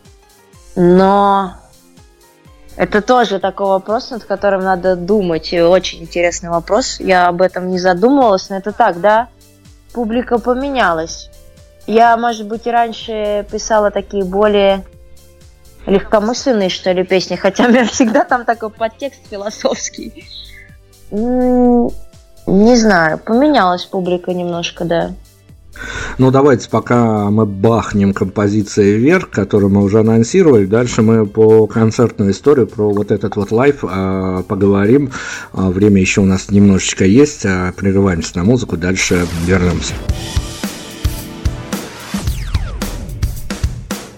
Но это тоже такой вопрос, над которым надо думать. И очень интересный вопрос. Я об этом не задумывалась, но это так, да? Публика поменялась. Я, может быть, и раньше писала такие более легкомысленные, что ли, песни, хотя у меня всегда там такой подтекст философский. Не знаю, поменялась публика немножко, да. Ну, давайте, пока мы бахнем композиции «Вверх», которую мы уже анонсировали, дальше мы по концертной истории, про вот этот вот лайв э, поговорим. Время еще у нас немножечко есть, э, прерываемся на музыку, дальше вернемся.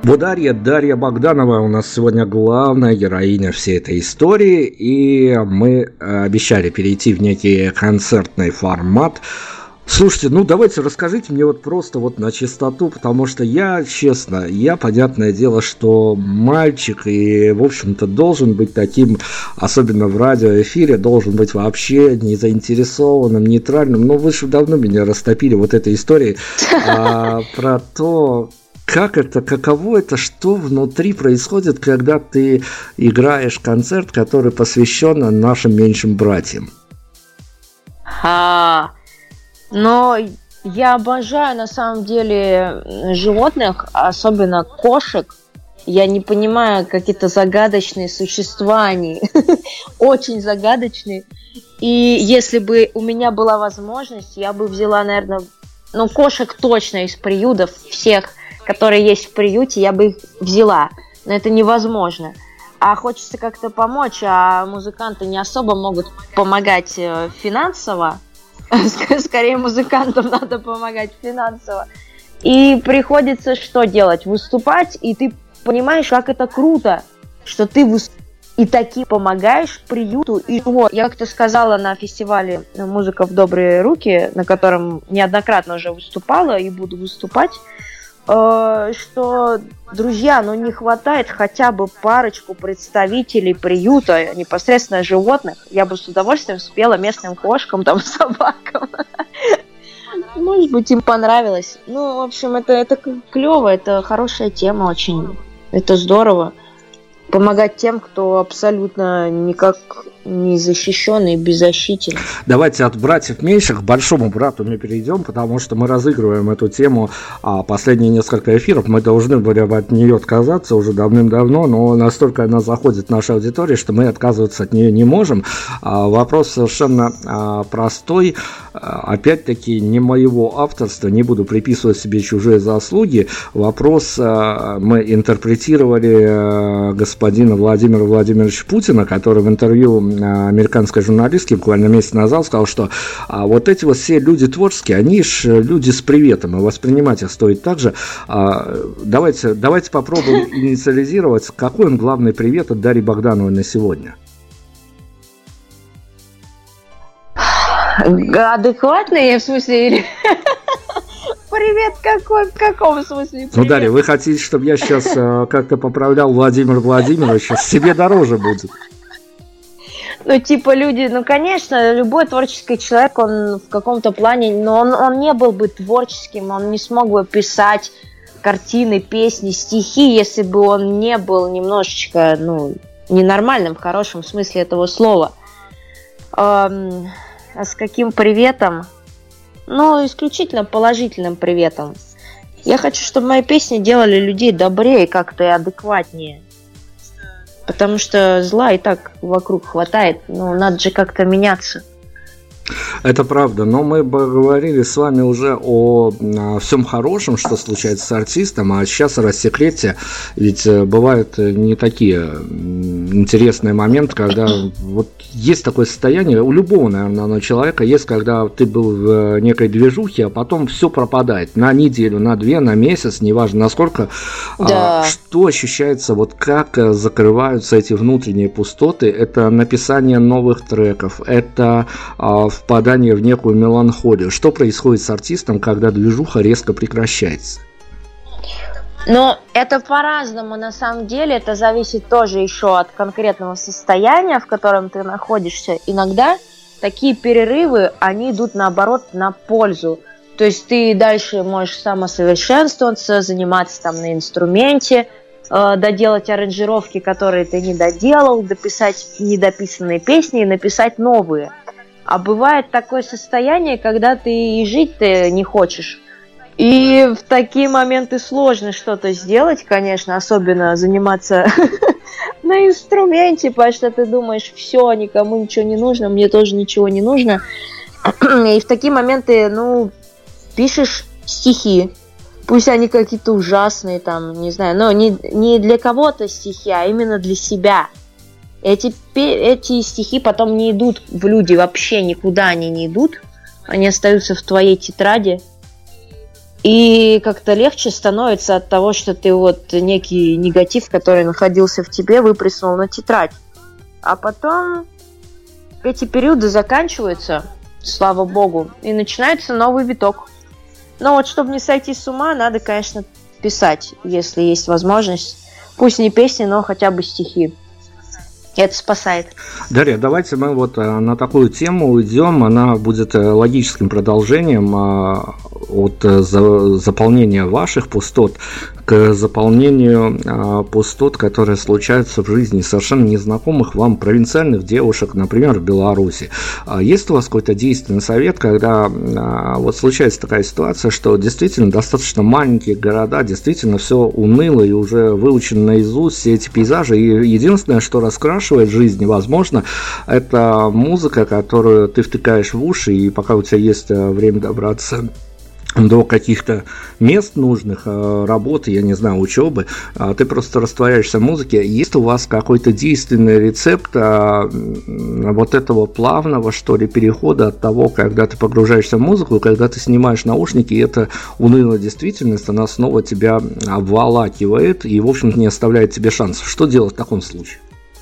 Вот Дарья, Дарья Богданова у нас сегодня главная героиня всей этой истории, и мы обещали перейти в некий концертный формат. Слушайте, ну давайте расскажите мне вот просто вот на чистоту, потому что я, честно, я, понятное дело, что мальчик и, в общем-то, должен быть таким, особенно в радиоэфире, должен быть вообще не заинтересованным, нейтральным. Ну вы же давно меня растопили вот этой историей а, про то, как это, каково это, что внутри происходит, когда ты играешь концерт, который посвящен нашим меньшим братьям. А, но я обожаю на самом деле животных, особенно кошек. Я не понимаю, какие-то загадочные существа они, очень загадочные. И если бы у меня была возможность, я бы взяла, наверное, ну кошек точно из приютов всех, которые есть в приюте, я бы их взяла, но это невозможно. А хочется как-то помочь, а музыканты не особо могут помогать финансово. Скорее музыкантам надо помогать финансово. И приходится что делать? Выступать, и ты понимаешь, как это круто, что ты выступаешь и таки помогаешь приюту. И вот, я как-то сказала на фестивале «Музыка в добрые руки», на котором неоднократно уже выступала и буду выступать, что, друзья, ну не хватает хотя бы парочку представителей приюта, непосредственно животных. Я бы с удовольствием спела местным кошкам, там, собакам. Может быть, им понравилось. Ну, в общем, это, это клево, это хорошая тема очень. Это здорово. Помогать тем, кто абсолютно никак не защищен и беззащитен. Давайте от братьев меньших к большому брату мы перейдем, потому что мы разыгрываем эту тему а последние несколько эфиров. Мы должны были от нее отказаться уже давным-давно, но настолько она заходит в нашу аудиторию, что мы отказываться от нее не можем. А вопрос совершенно а, простой. Опять-таки, не моего авторства, не буду приписывать себе чужие заслуги. Вопрос а, мы интерпретировали а, господина Владимира Владимировича Путина, который в интервью американской журналистке буквально месяц назад сказал, что а, вот эти вот все люди творческие, они же люди с приветом, и воспринимать их стоит так же. А, давайте, давайте попробуем инициализировать, какой он главный привет от Дарьи Богдановой на сегодня. Адекватный, в смысле, или... Привет, какой, в каком смысле? Привет? Ну, Дарья, вы хотите, чтобы я сейчас а, как-то поправлял Владимира Владимировича? Себе дороже будет. Ну, типа, люди, ну, конечно, любой творческий человек, он в каком-то плане, но он, он не был бы творческим, он не смог бы писать картины, песни, стихи, если бы он не был немножечко, ну, ненормальным, в хорошем смысле этого слова. Эм, а с каким приветом? Ну, исключительно положительным приветом. Я хочу, чтобы мои песни делали людей добрее как-то и адекватнее. Потому что зла и так вокруг хватает, но надо же как-то меняться. Это правда, но мы бы говорили с вами уже о, о всем хорошем, что случается с артистом, а сейчас рассекрете, ведь бывают не такие интересные моменты, когда вот есть такое состояние, у любого, наверное, человека есть, когда ты был в некой движухе, а потом все пропадает на неделю, на две, на месяц, неважно насколько, да. а, что ощущается, вот как закрываются эти внутренние пустоты, это написание новых треков, это а, впадание в некую меланхолию. Что происходит с артистом, когда движуха резко прекращается? Но это по-разному, на самом деле, это зависит тоже еще от конкретного состояния, в котором ты находишься. Иногда такие перерывы, они идут наоборот на пользу. То есть ты дальше можешь самосовершенствоваться, заниматься там на инструменте, э, доделать аранжировки, которые ты не доделал, дописать недописанные песни и написать новые. А бывает такое состояние, когда ты и жить-то не хочешь. И в такие моменты сложно что-то сделать, конечно, особенно заниматься на инструменте, потому что ты думаешь, все, никому ничего не нужно, мне тоже ничего не нужно. И в такие моменты, ну, пишешь стихи. Пусть они какие-то ужасные, там, не знаю, но не, не для кого-то стихи, а именно для себя. Эти, эти стихи потом не идут в люди, вообще никуда они не идут. Они остаются в твоей тетради. И как-то легче становится от того, что ты вот некий негатив, который находился в тебе, выплеснул на тетрадь. А потом эти периоды заканчиваются, слава богу, и начинается новый виток. Но вот чтобы не сойти с ума, надо, конечно, писать, если есть возможность. Пусть не песни, но хотя бы стихи. Это спасает. Дарья, давайте мы вот на такую тему уйдем. Она будет логическим продолжением от заполнения ваших пустот к заполнению пустот, которые случаются в жизни совершенно незнакомых вам провинциальных девушек, например, в Беларуси. Есть у вас какой-то действенный совет, когда вот случается такая ситуация, что действительно достаточно маленькие города, действительно все уныло и уже выучено наизусть все эти пейзажи, и единственное, что раскрашивает жизнь, возможно, это музыка, которую ты втыкаешь в уши, и пока у тебя есть время добраться до каких-то мест нужных, работы, я не знаю, учебы, ты просто растворяешься в музыке. Есть у вас какой-то действенный рецепт вот этого плавного, что ли, перехода от того, когда ты погружаешься в музыку, когда ты снимаешь наушники, и эта унылая действительность, она снова тебя обволакивает и, в общем-то, не оставляет тебе шансов. Что делать в таком случае?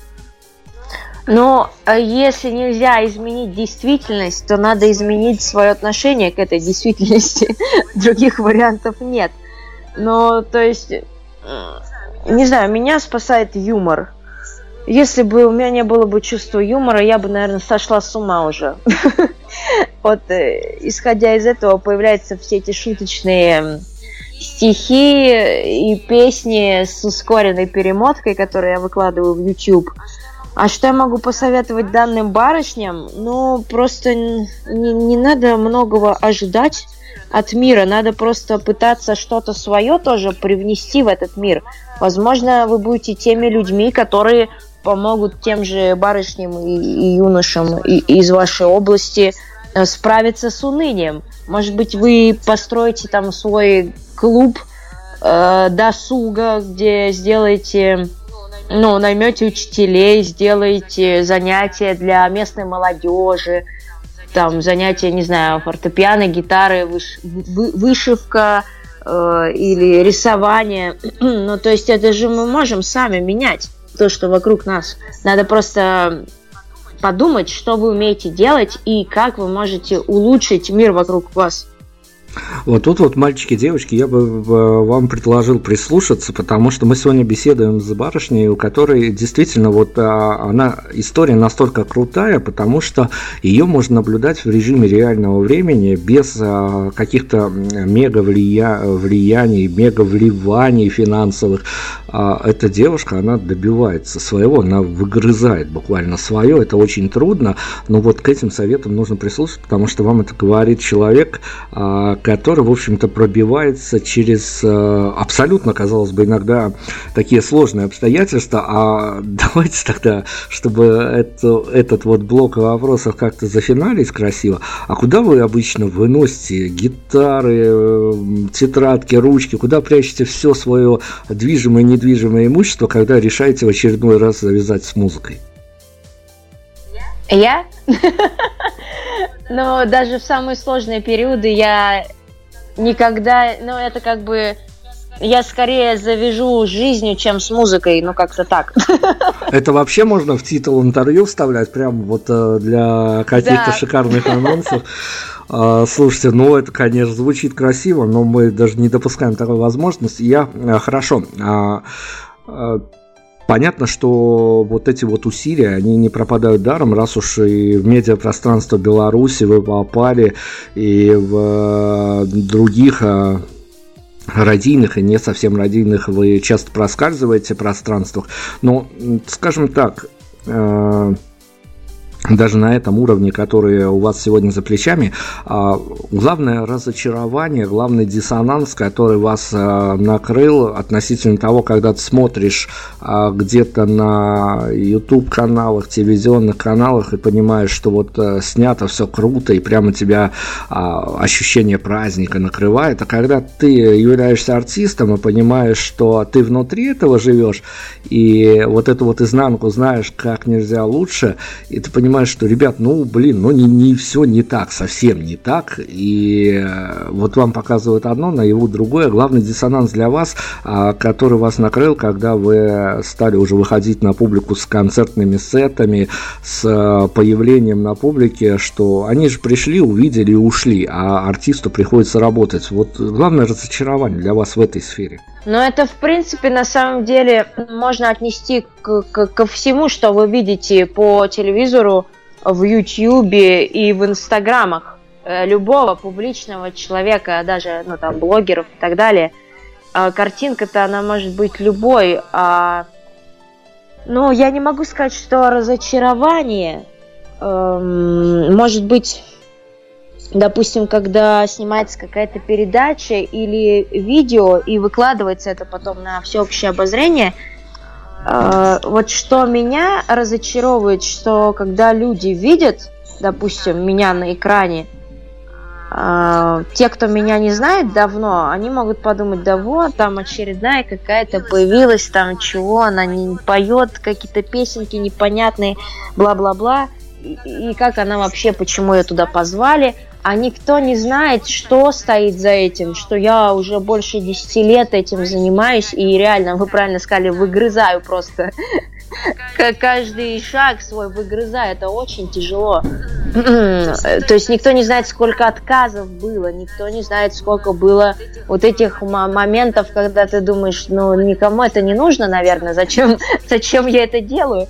Но если нельзя изменить действительность, то надо изменить свое отношение к этой действительности. Других вариантов нет. Но, то есть, не знаю, меня спасает юмор. Если бы у меня не было бы чувства юмора, я бы, наверное, сошла с ума уже. Вот, исходя из этого, появляются все эти шуточные стихи и песни с ускоренной перемоткой, которые я выкладываю в YouTube. А что я могу посоветовать данным барышням? Ну, просто не, не надо многого ожидать от мира. Надо просто пытаться что-то свое тоже привнести в этот мир. Возможно, вы будете теми людьми, которые помогут тем же барышням и, и юношам и, из вашей области справиться с унынием. Может быть, вы построите там свой клуб э, досуга, где сделаете... Ну, наймете учителей, сделаете занятия для местной молодежи, там занятия, не знаю, фортепиано, гитары, выш... вы... вышивка э, или рисование. Ну, то есть это же мы можем сами менять то, что вокруг нас. Надо просто подумать, что вы умеете делать и как вы можете улучшить мир вокруг вас. Вот тут вот, мальчики, девочки, я бы вам предложил прислушаться, потому что мы сегодня беседуем с барышней, у которой действительно вот она, история настолько крутая, потому что ее можно наблюдать в режиме реального времени без каких-то мега влия... влияний, мега вливаний финансовых. Эта девушка, она добивается своего, она выгрызает буквально свое, это очень трудно, но вот к этим советам нужно прислушаться, потому что вам это говорит человек, который, в общем-то, пробивается через э, абсолютно, казалось бы, иногда такие сложные обстоятельства. А давайте тогда, чтобы это, этот вот блок вопросов как-то зафиналить красиво, а куда вы обычно выносите гитары, э, тетрадки, ручки, куда прячете все свое движимое и недвижимое имущество, когда решаете в очередной раз завязать с музыкой? Я? Но даже в самые сложные периоды я никогда, ну это как бы, я скорее завяжу с жизнью, чем с музыкой, ну как-то так. Это вообще можно в титул интервью вставлять, прям вот для каких-то да. шикарных анонсов. Слушайте, ну это, конечно, звучит красиво, но мы даже не допускаем такой возможности. Я, хорошо, понятно, что вот эти вот усилия, они не пропадают даром, раз уж и в медиапространство Беларуси вы попали, и в других радийных и не совсем радийных вы часто проскальзываете в пространствах. Но, скажем так, даже на этом уровне, который у вас сегодня за плечами, главное разочарование, главный диссонанс, который вас накрыл относительно того, когда ты смотришь где-то на YouTube-каналах, телевизионных каналах и понимаешь, что вот снято все круто и прямо тебя ощущение праздника накрывает, а когда ты являешься артистом и понимаешь, что ты внутри этого живешь и вот эту вот изнанку знаешь как нельзя лучше, и ты понимаешь, понимаешь, что, ребят, ну, блин, ну, не, не все не так, совсем не так, и вот вам показывают одно, наяву другое. Главный диссонанс для вас, который вас накрыл, когда вы стали уже выходить на публику с концертными сетами, с появлением на публике, что они же пришли, увидели и ушли, а артисту приходится работать. Вот главное разочарование для вас в этой сфере. Ну, это, в принципе, на самом деле можно отнести к, к, ко всему, что вы видите по телевизору, в Ютьюбе и в Инстаграмах любого публичного человека, даже, ну, там, блогеров и так далее. А картинка-то, она может быть любой. А... Ну, я не могу сказать, что разочарование эм, может быть... Допустим, когда снимается какая-то передача или видео и выкладывается это потом на всеобщее обозрение, э, вот что меня разочаровывает, что когда люди видят, допустим, меня на экране, э, те, кто меня не знает давно, они могут подумать, да вот, там очередная какая-то появилась, там чего, она не поет, какие-то песенки непонятные, бла-бла-бла, и, и как она вообще, почему ее туда позвали. А никто не знает, что стоит за этим, что я уже больше десяти лет этим занимаюсь, и реально, вы правильно сказали, выгрызаю просто. Каждый шаг свой выгрызаю, это очень тяжело. То есть никто не знает, сколько отказов было, никто не знает, сколько было вот этих моментов, когда ты думаешь, ну, никому это не нужно, наверное, зачем, зачем я это делаю.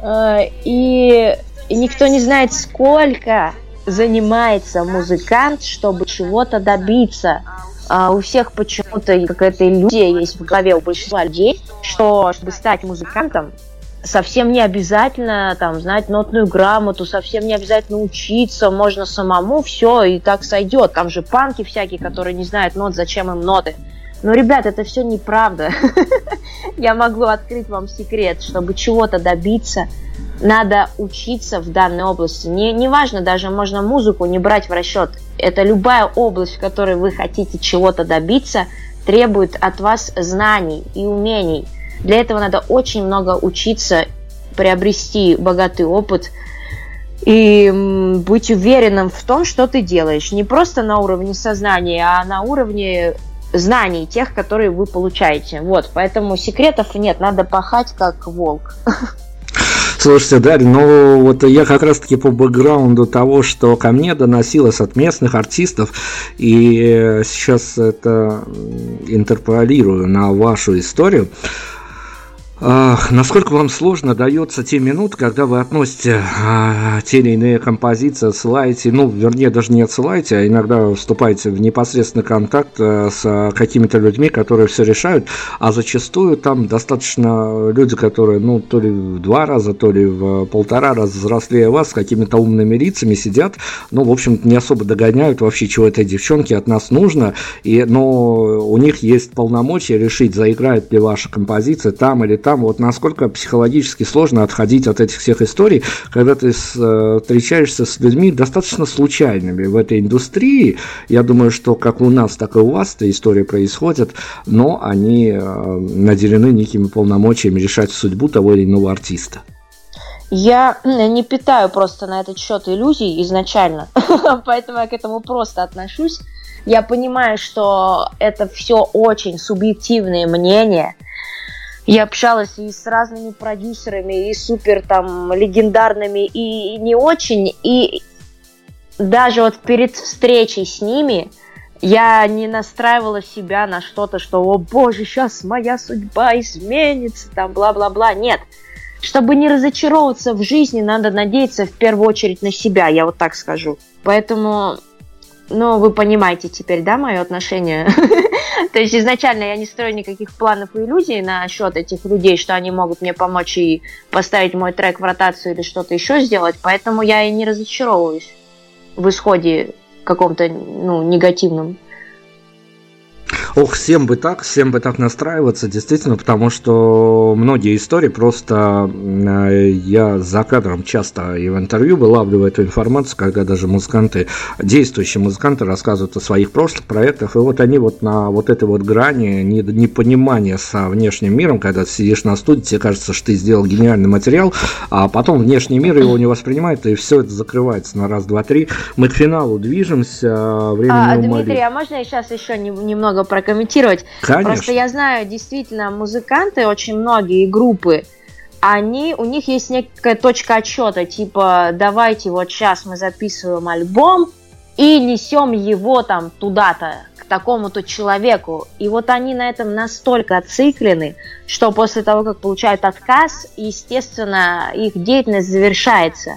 И, и никто не знает, сколько занимается музыкант, чтобы чего-то добиться. А у всех почему-то какая-то иллюзия есть в голове у большинства людей, что чтобы стать музыкантом, совсем не обязательно там знать нотную грамоту, совсем не обязательно учиться, можно самому, все, и так сойдет. Там же панки всякие, которые не знают нот, зачем им ноты. Но, ребят, это все неправда. Я могу открыть вам секрет, чтобы чего-то добиться, надо учиться в данной области. Не, не важно, даже можно музыку не брать в расчет. Это любая область, в которой вы хотите чего-то добиться, требует от вас знаний и умений. Для этого надо очень много учиться, приобрести богатый опыт и быть уверенным в том, что ты делаешь. Не просто на уровне сознания, а на уровне знаний, тех, которые вы получаете. Вот, поэтому секретов нет, надо пахать как волк. Слушайте, Дарья, ну вот я как раз-таки по бэкграунду того, что ко мне доносилось от местных артистов, и сейчас это интерполирую на вашу историю. Ах, насколько вам сложно дается те минуты, когда вы относите а, те или иные композиции, отсылаете, ну, вернее, даже не отсылаете, а иногда вступаете в непосредственный контакт а, с а, какими-то людьми, которые все решают, а зачастую там достаточно люди, которые, ну, то ли в два раза, то ли в полтора раза взрослее вас, с какими-то умными лицами сидят, ну, в общем, не особо догоняют вообще, чего этой девчонке от нас нужно, и, но у них есть полномочия решить, заиграет ли ваша композиция там или там. Там вот насколько психологически сложно отходить от этих всех историй, когда ты встречаешься с людьми достаточно случайными в этой индустрии. Я думаю, что как у нас, так и у вас эта история происходит, но они наделены некими полномочиями решать судьбу того или иного артиста. Я не питаю просто на этот счет иллюзий изначально, поэтому я к этому просто отношусь. Я понимаю, что это все очень субъективные мнения. Я общалась и с разными продюсерами, и супер там легендарными, и не очень. И даже вот перед встречей с ними я не настраивала себя на что-то, что, о боже, сейчас моя судьба изменится, там бла-бла-бла. Нет. Чтобы не разочаровываться в жизни, надо надеяться в первую очередь на себя, я вот так скажу. Поэтому, ну, вы понимаете теперь, да, мое отношение? То есть изначально я не строю никаких планов и иллюзий насчет этих людей, что они могут мне помочь и поставить мой трек в ротацию или что-то еще сделать, поэтому я и не разочаровываюсь в исходе каком-то, ну, негативном. Ох, всем бы так, всем бы так настраиваться, действительно, потому что многие истории просто я за кадром часто и в интервью вылавливаю эту информацию, когда даже музыканты, действующие музыканты рассказывают о своих прошлых проектах, и вот они вот на вот этой вот грани непонимания со внешним миром, когда ты сидишь на студии, тебе кажется, что ты сделал гениальный материал, а потом внешний мир его не воспринимает, и все это закрывается на раз, два, три. Мы к финалу движемся, время а, не умолит. Дмитрий, а можно я сейчас еще не, немного прокомментировать? Конечно. Просто я знаю, действительно, музыканты, очень многие группы, они, у них есть некая точка отсчета, типа, давайте вот сейчас мы записываем альбом и несем его там туда-то, к такому-то человеку. И вот они на этом настолько отциклены, что после того, как получают отказ, естественно, их деятельность завершается.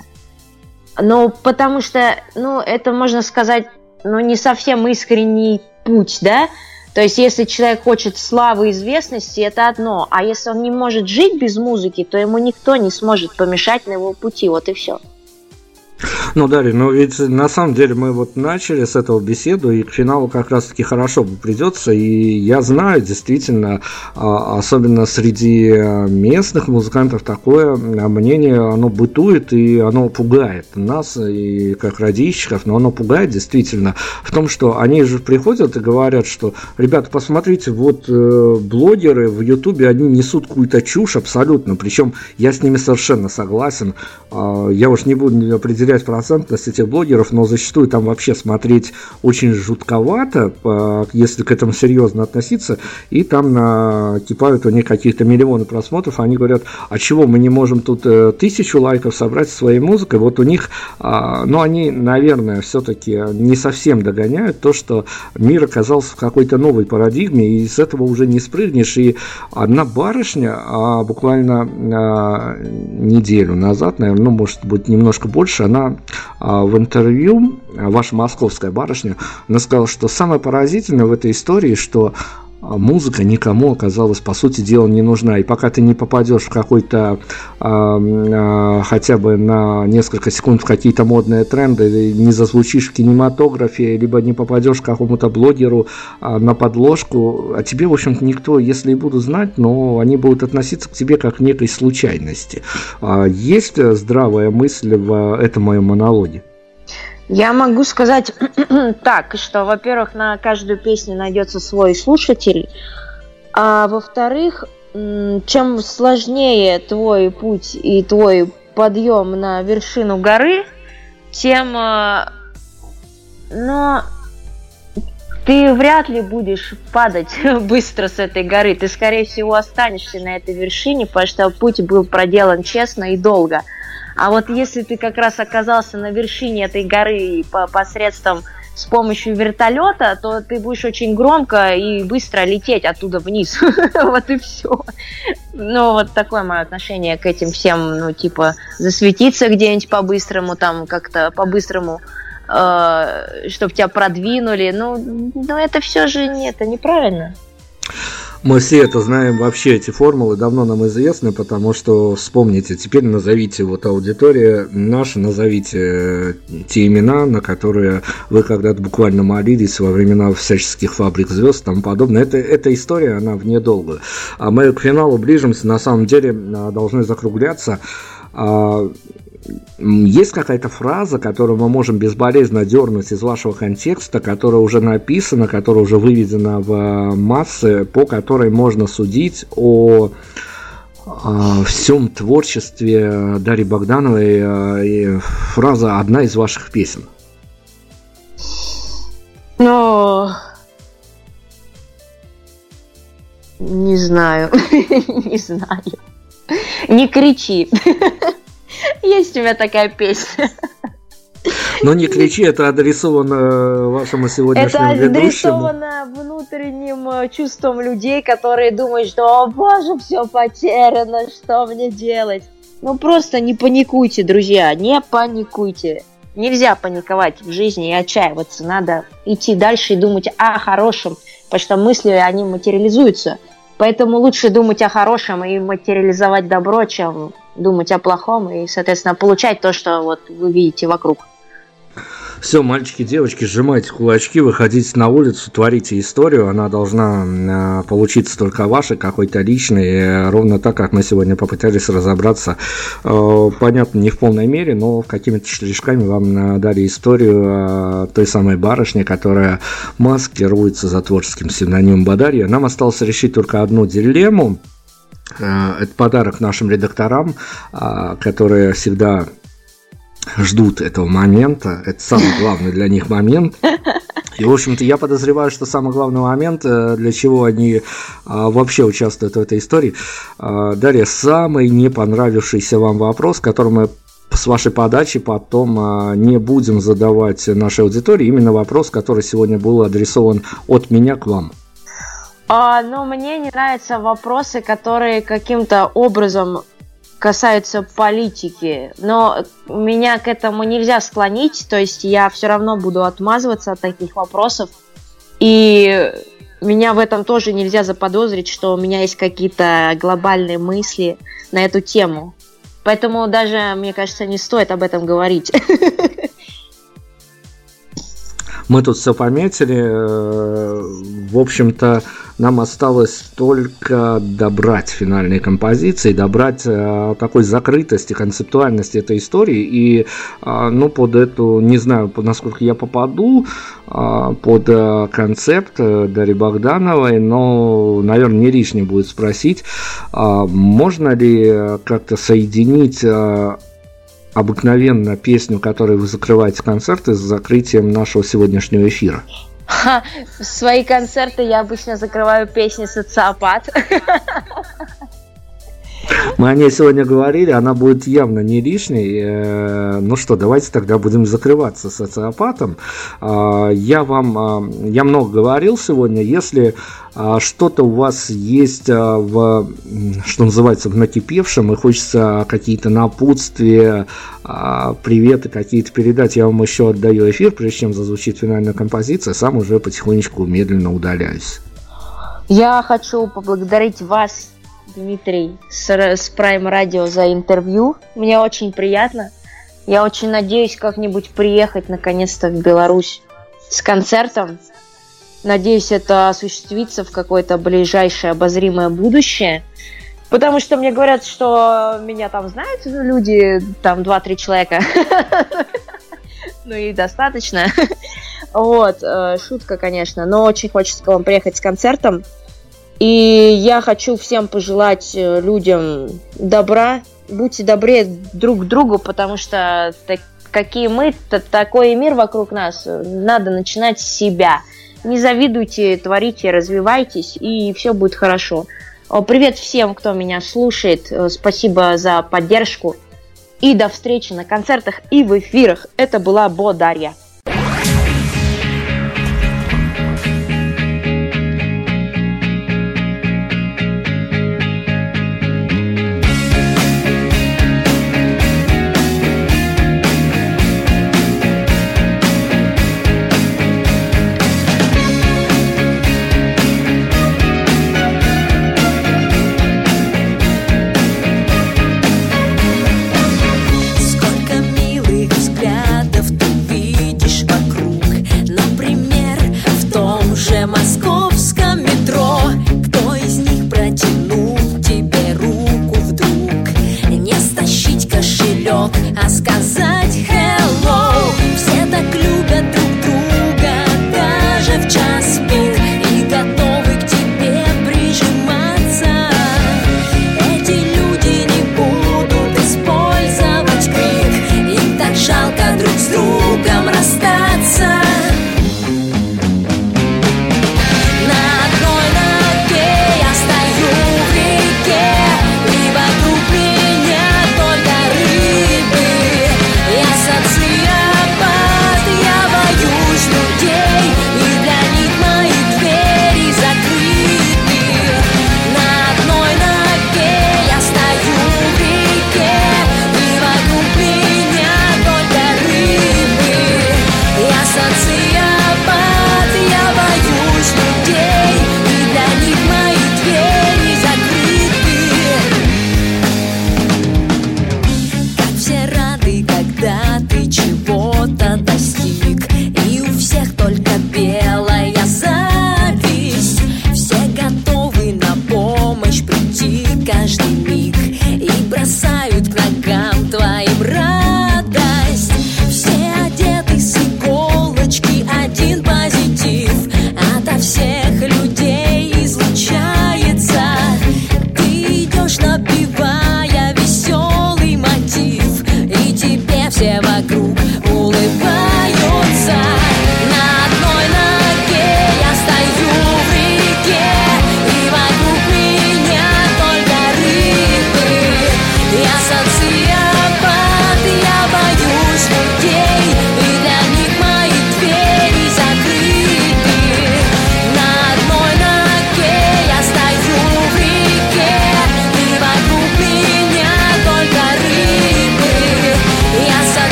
Ну, потому что, ну, это, можно сказать, ну, не совсем искренний путь, да? То есть, если человек хочет славы и известности, это одно. А если он не может жить без музыки, то ему никто не сможет помешать на его пути. Вот и все. Ну, Дарья, ну ведь на самом деле мы вот начали с этого беседу, и к финалу как раз-таки хорошо придется, и я знаю, действительно, особенно среди местных музыкантов такое мнение, оно бытует, и оно пугает нас, и как радищиков, но оно пугает действительно в том, что они же приходят и говорят, что, ребята, посмотрите, вот блогеры в Ютубе, они несут какую-то чушь абсолютно, причем я с ними совершенно согласен, я уж не буду определять процентность этих блогеров, но зачастую там вообще смотреть очень жутковато, если к этому серьезно относиться, и там накипают у них каких-то миллионы просмотров, они говорят, а чего мы не можем тут тысячу лайков собрать со своей музыкой, вот у них, ну они, наверное, все-таки не совсем догоняют то, что мир оказался в какой-то новой парадигме, и с этого уже не спрыгнешь, и одна барышня буквально неделю назад, наверное, ну может быть немножко больше, она в интервью, ваша московская барышня, она сказала, что самое поразительное в этой истории, что музыка никому оказалась, по сути дела, не нужна. И пока ты не попадешь в какой-то э, э, хотя бы на несколько секунд в какие-то модные тренды, или не зазвучишь в кинематографе, либо не попадешь к какому-то блогеру э, на подложку, а тебе, в общем-то, никто, если и будут знать, но они будут относиться к тебе как к некой случайности. Э, есть здравая мысль в этом моем монологе? Я могу сказать так, что, во-первых, на каждую песню найдется свой слушатель, а во-вторых, чем сложнее твой путь и твой подъем на вершину горы, тем, но ты вряд ли будешь падать быстро с этой горы, ты, скорее всего, останешься на этой вершине, потому что путь был проделан честно и долго. А вот если ты как раз оказался на вершине этой горы по посредством с помощью вертолета, то ты будешь очень громко и быстро лететь оттуда вниз. Вот и все. Ну, вот такое мое отношение к этим всем, ну, типа, засветиться где-нибудь по-быстрому, там, как-то по-быстрому, э, чтобы тебя продвинули. Ну, ну, это все же нет, это неправильно. Мы все это знаем, вообще эти формулы давно нам известны, потому что, вспомните, теперь назовите вот аудитория наша, назовите те имена, на которые вы когда-то буквально молились во времена всяческих фабрик звезд и тому подобное. Это, эта история, она вне долгую. А мы к финалу ближимся, на самом деле должны закругляться. Есть какая-то фраза, которую мы можем безболезненно дернуть из вашего контекста, которая уже написана, которая уже выведена в массы, по которой можно судить о, о всем творчестве Дарьи Богдановой, и фраза «одна из ваших песен»? Ну, не знаю, не знаю. Не кричи. Есть у меня такая песня. Но не кричи, это адресовано вашему сегодняшнему ведущему. Это адресовано внутренним чувствам людей, которые думают, что, о боже, все потеряно, что мне делать? Ну просто не паникуйте, друзья, не паникуйте. Нельзя паниковать в жизни и отчаиваться, надо идти дальше и думать о хорошем, потому что мысли, они материализуются. Поэтому лучше думать о хорошем и материализовать добро, чем думать о плохом и, соответственно, получать то, что вот вы видите вокруг. Все, мальчики, девочки, сжимайте кулачки, выходите на улицу, творите историю. Она должна получиться только вашей, какой-то личной. Ровно так, как мы сегодня попытались разобраться. Понятно, не в полной мере, но какими-то штришками вам дали историю той самой барышни, которая маскируется за творческим псевдонимом Бодарья. Нам осталось решить только одну дилемму. Это подарок нашим редакторам, которые всегда ждут этого момента. Это самый главный для них момент. И, в общем-то, я подозреваю, что самый главный момент, для чего они вообще участвуют в этой истории. Дарья, самый не понравившийся вам вопрос, который мы с вашей подачи потом не будем задавать нашей аудитории, именно вопрос, который сегодня был адресован от меня к вам. А, ну, мне не нравятся вопросы, которые каким-то образом касаются политики, но меня к этому нельзя склонить, то есть я все равно буду отмазываться от таких вопросов, и меня в этом тоже нельзя заподозрить, что у меня есть какие-то глобальные мысли на эту тему, поэтому даже, мне кажется, не стоит об этом говорить. Мы тут все пометили. В общем-то, нам осталось только добрать финальные композиции, добрать такой закрытости, концептуальности этой истории. И, ну, под эту, не знаю, насколько я попаду, под концепт Дарьи Богдановой, но, наверное, не лишним будет спросить, можно ли как-то соединить обыкновенно песню, которой вы закрываете концерты, с закрытием нашего сегодняшнего эфира? Ха, свои концерты я обычно закрываю песней «Социопат». Мы о ней сегодня говорили, она будет явно не лишней. Ну что, давайте тогда будем закрываться социопатом. Я вам, я много говорил сегодня, если что-то у вас есть в, что называется, в накипевшем, и хочется какие-то напутствия, приветы какие-то передать, я вам еще отдаю эфир, прежде чем зазвучит финальная композиция, сам уже потихонечку медленно удаляюсь. Я хочу поблагодарить вас, Дмитрий, с, с Prime Radio за интервью. Мне очень приятно. Я очень надеюсь как-нибудь приехать наконец-то в Беларусь с концертом. Надеюсь, это осуществится в какое-то ближайшее обозримое будущее. Потому что мне говорят, что меня там знают люди, там два-три человека. Ну и достаточно. Вот, шутка, конечно. Но очень хочется к вам приехать с концертом. И я хочу всем пожелать людям добра. Будьте добрее друг к другу, потому что так, какие мы, такой мир вокруг нас. Надо начинать с себя. Не завидуйте, творите, развивайтесь, и все будет хорошо. Привет всем, кто меня слушает. Спасибо за поддержку. И до встречи на концертах и в эфирах. Это была Бо Дарья. А сказать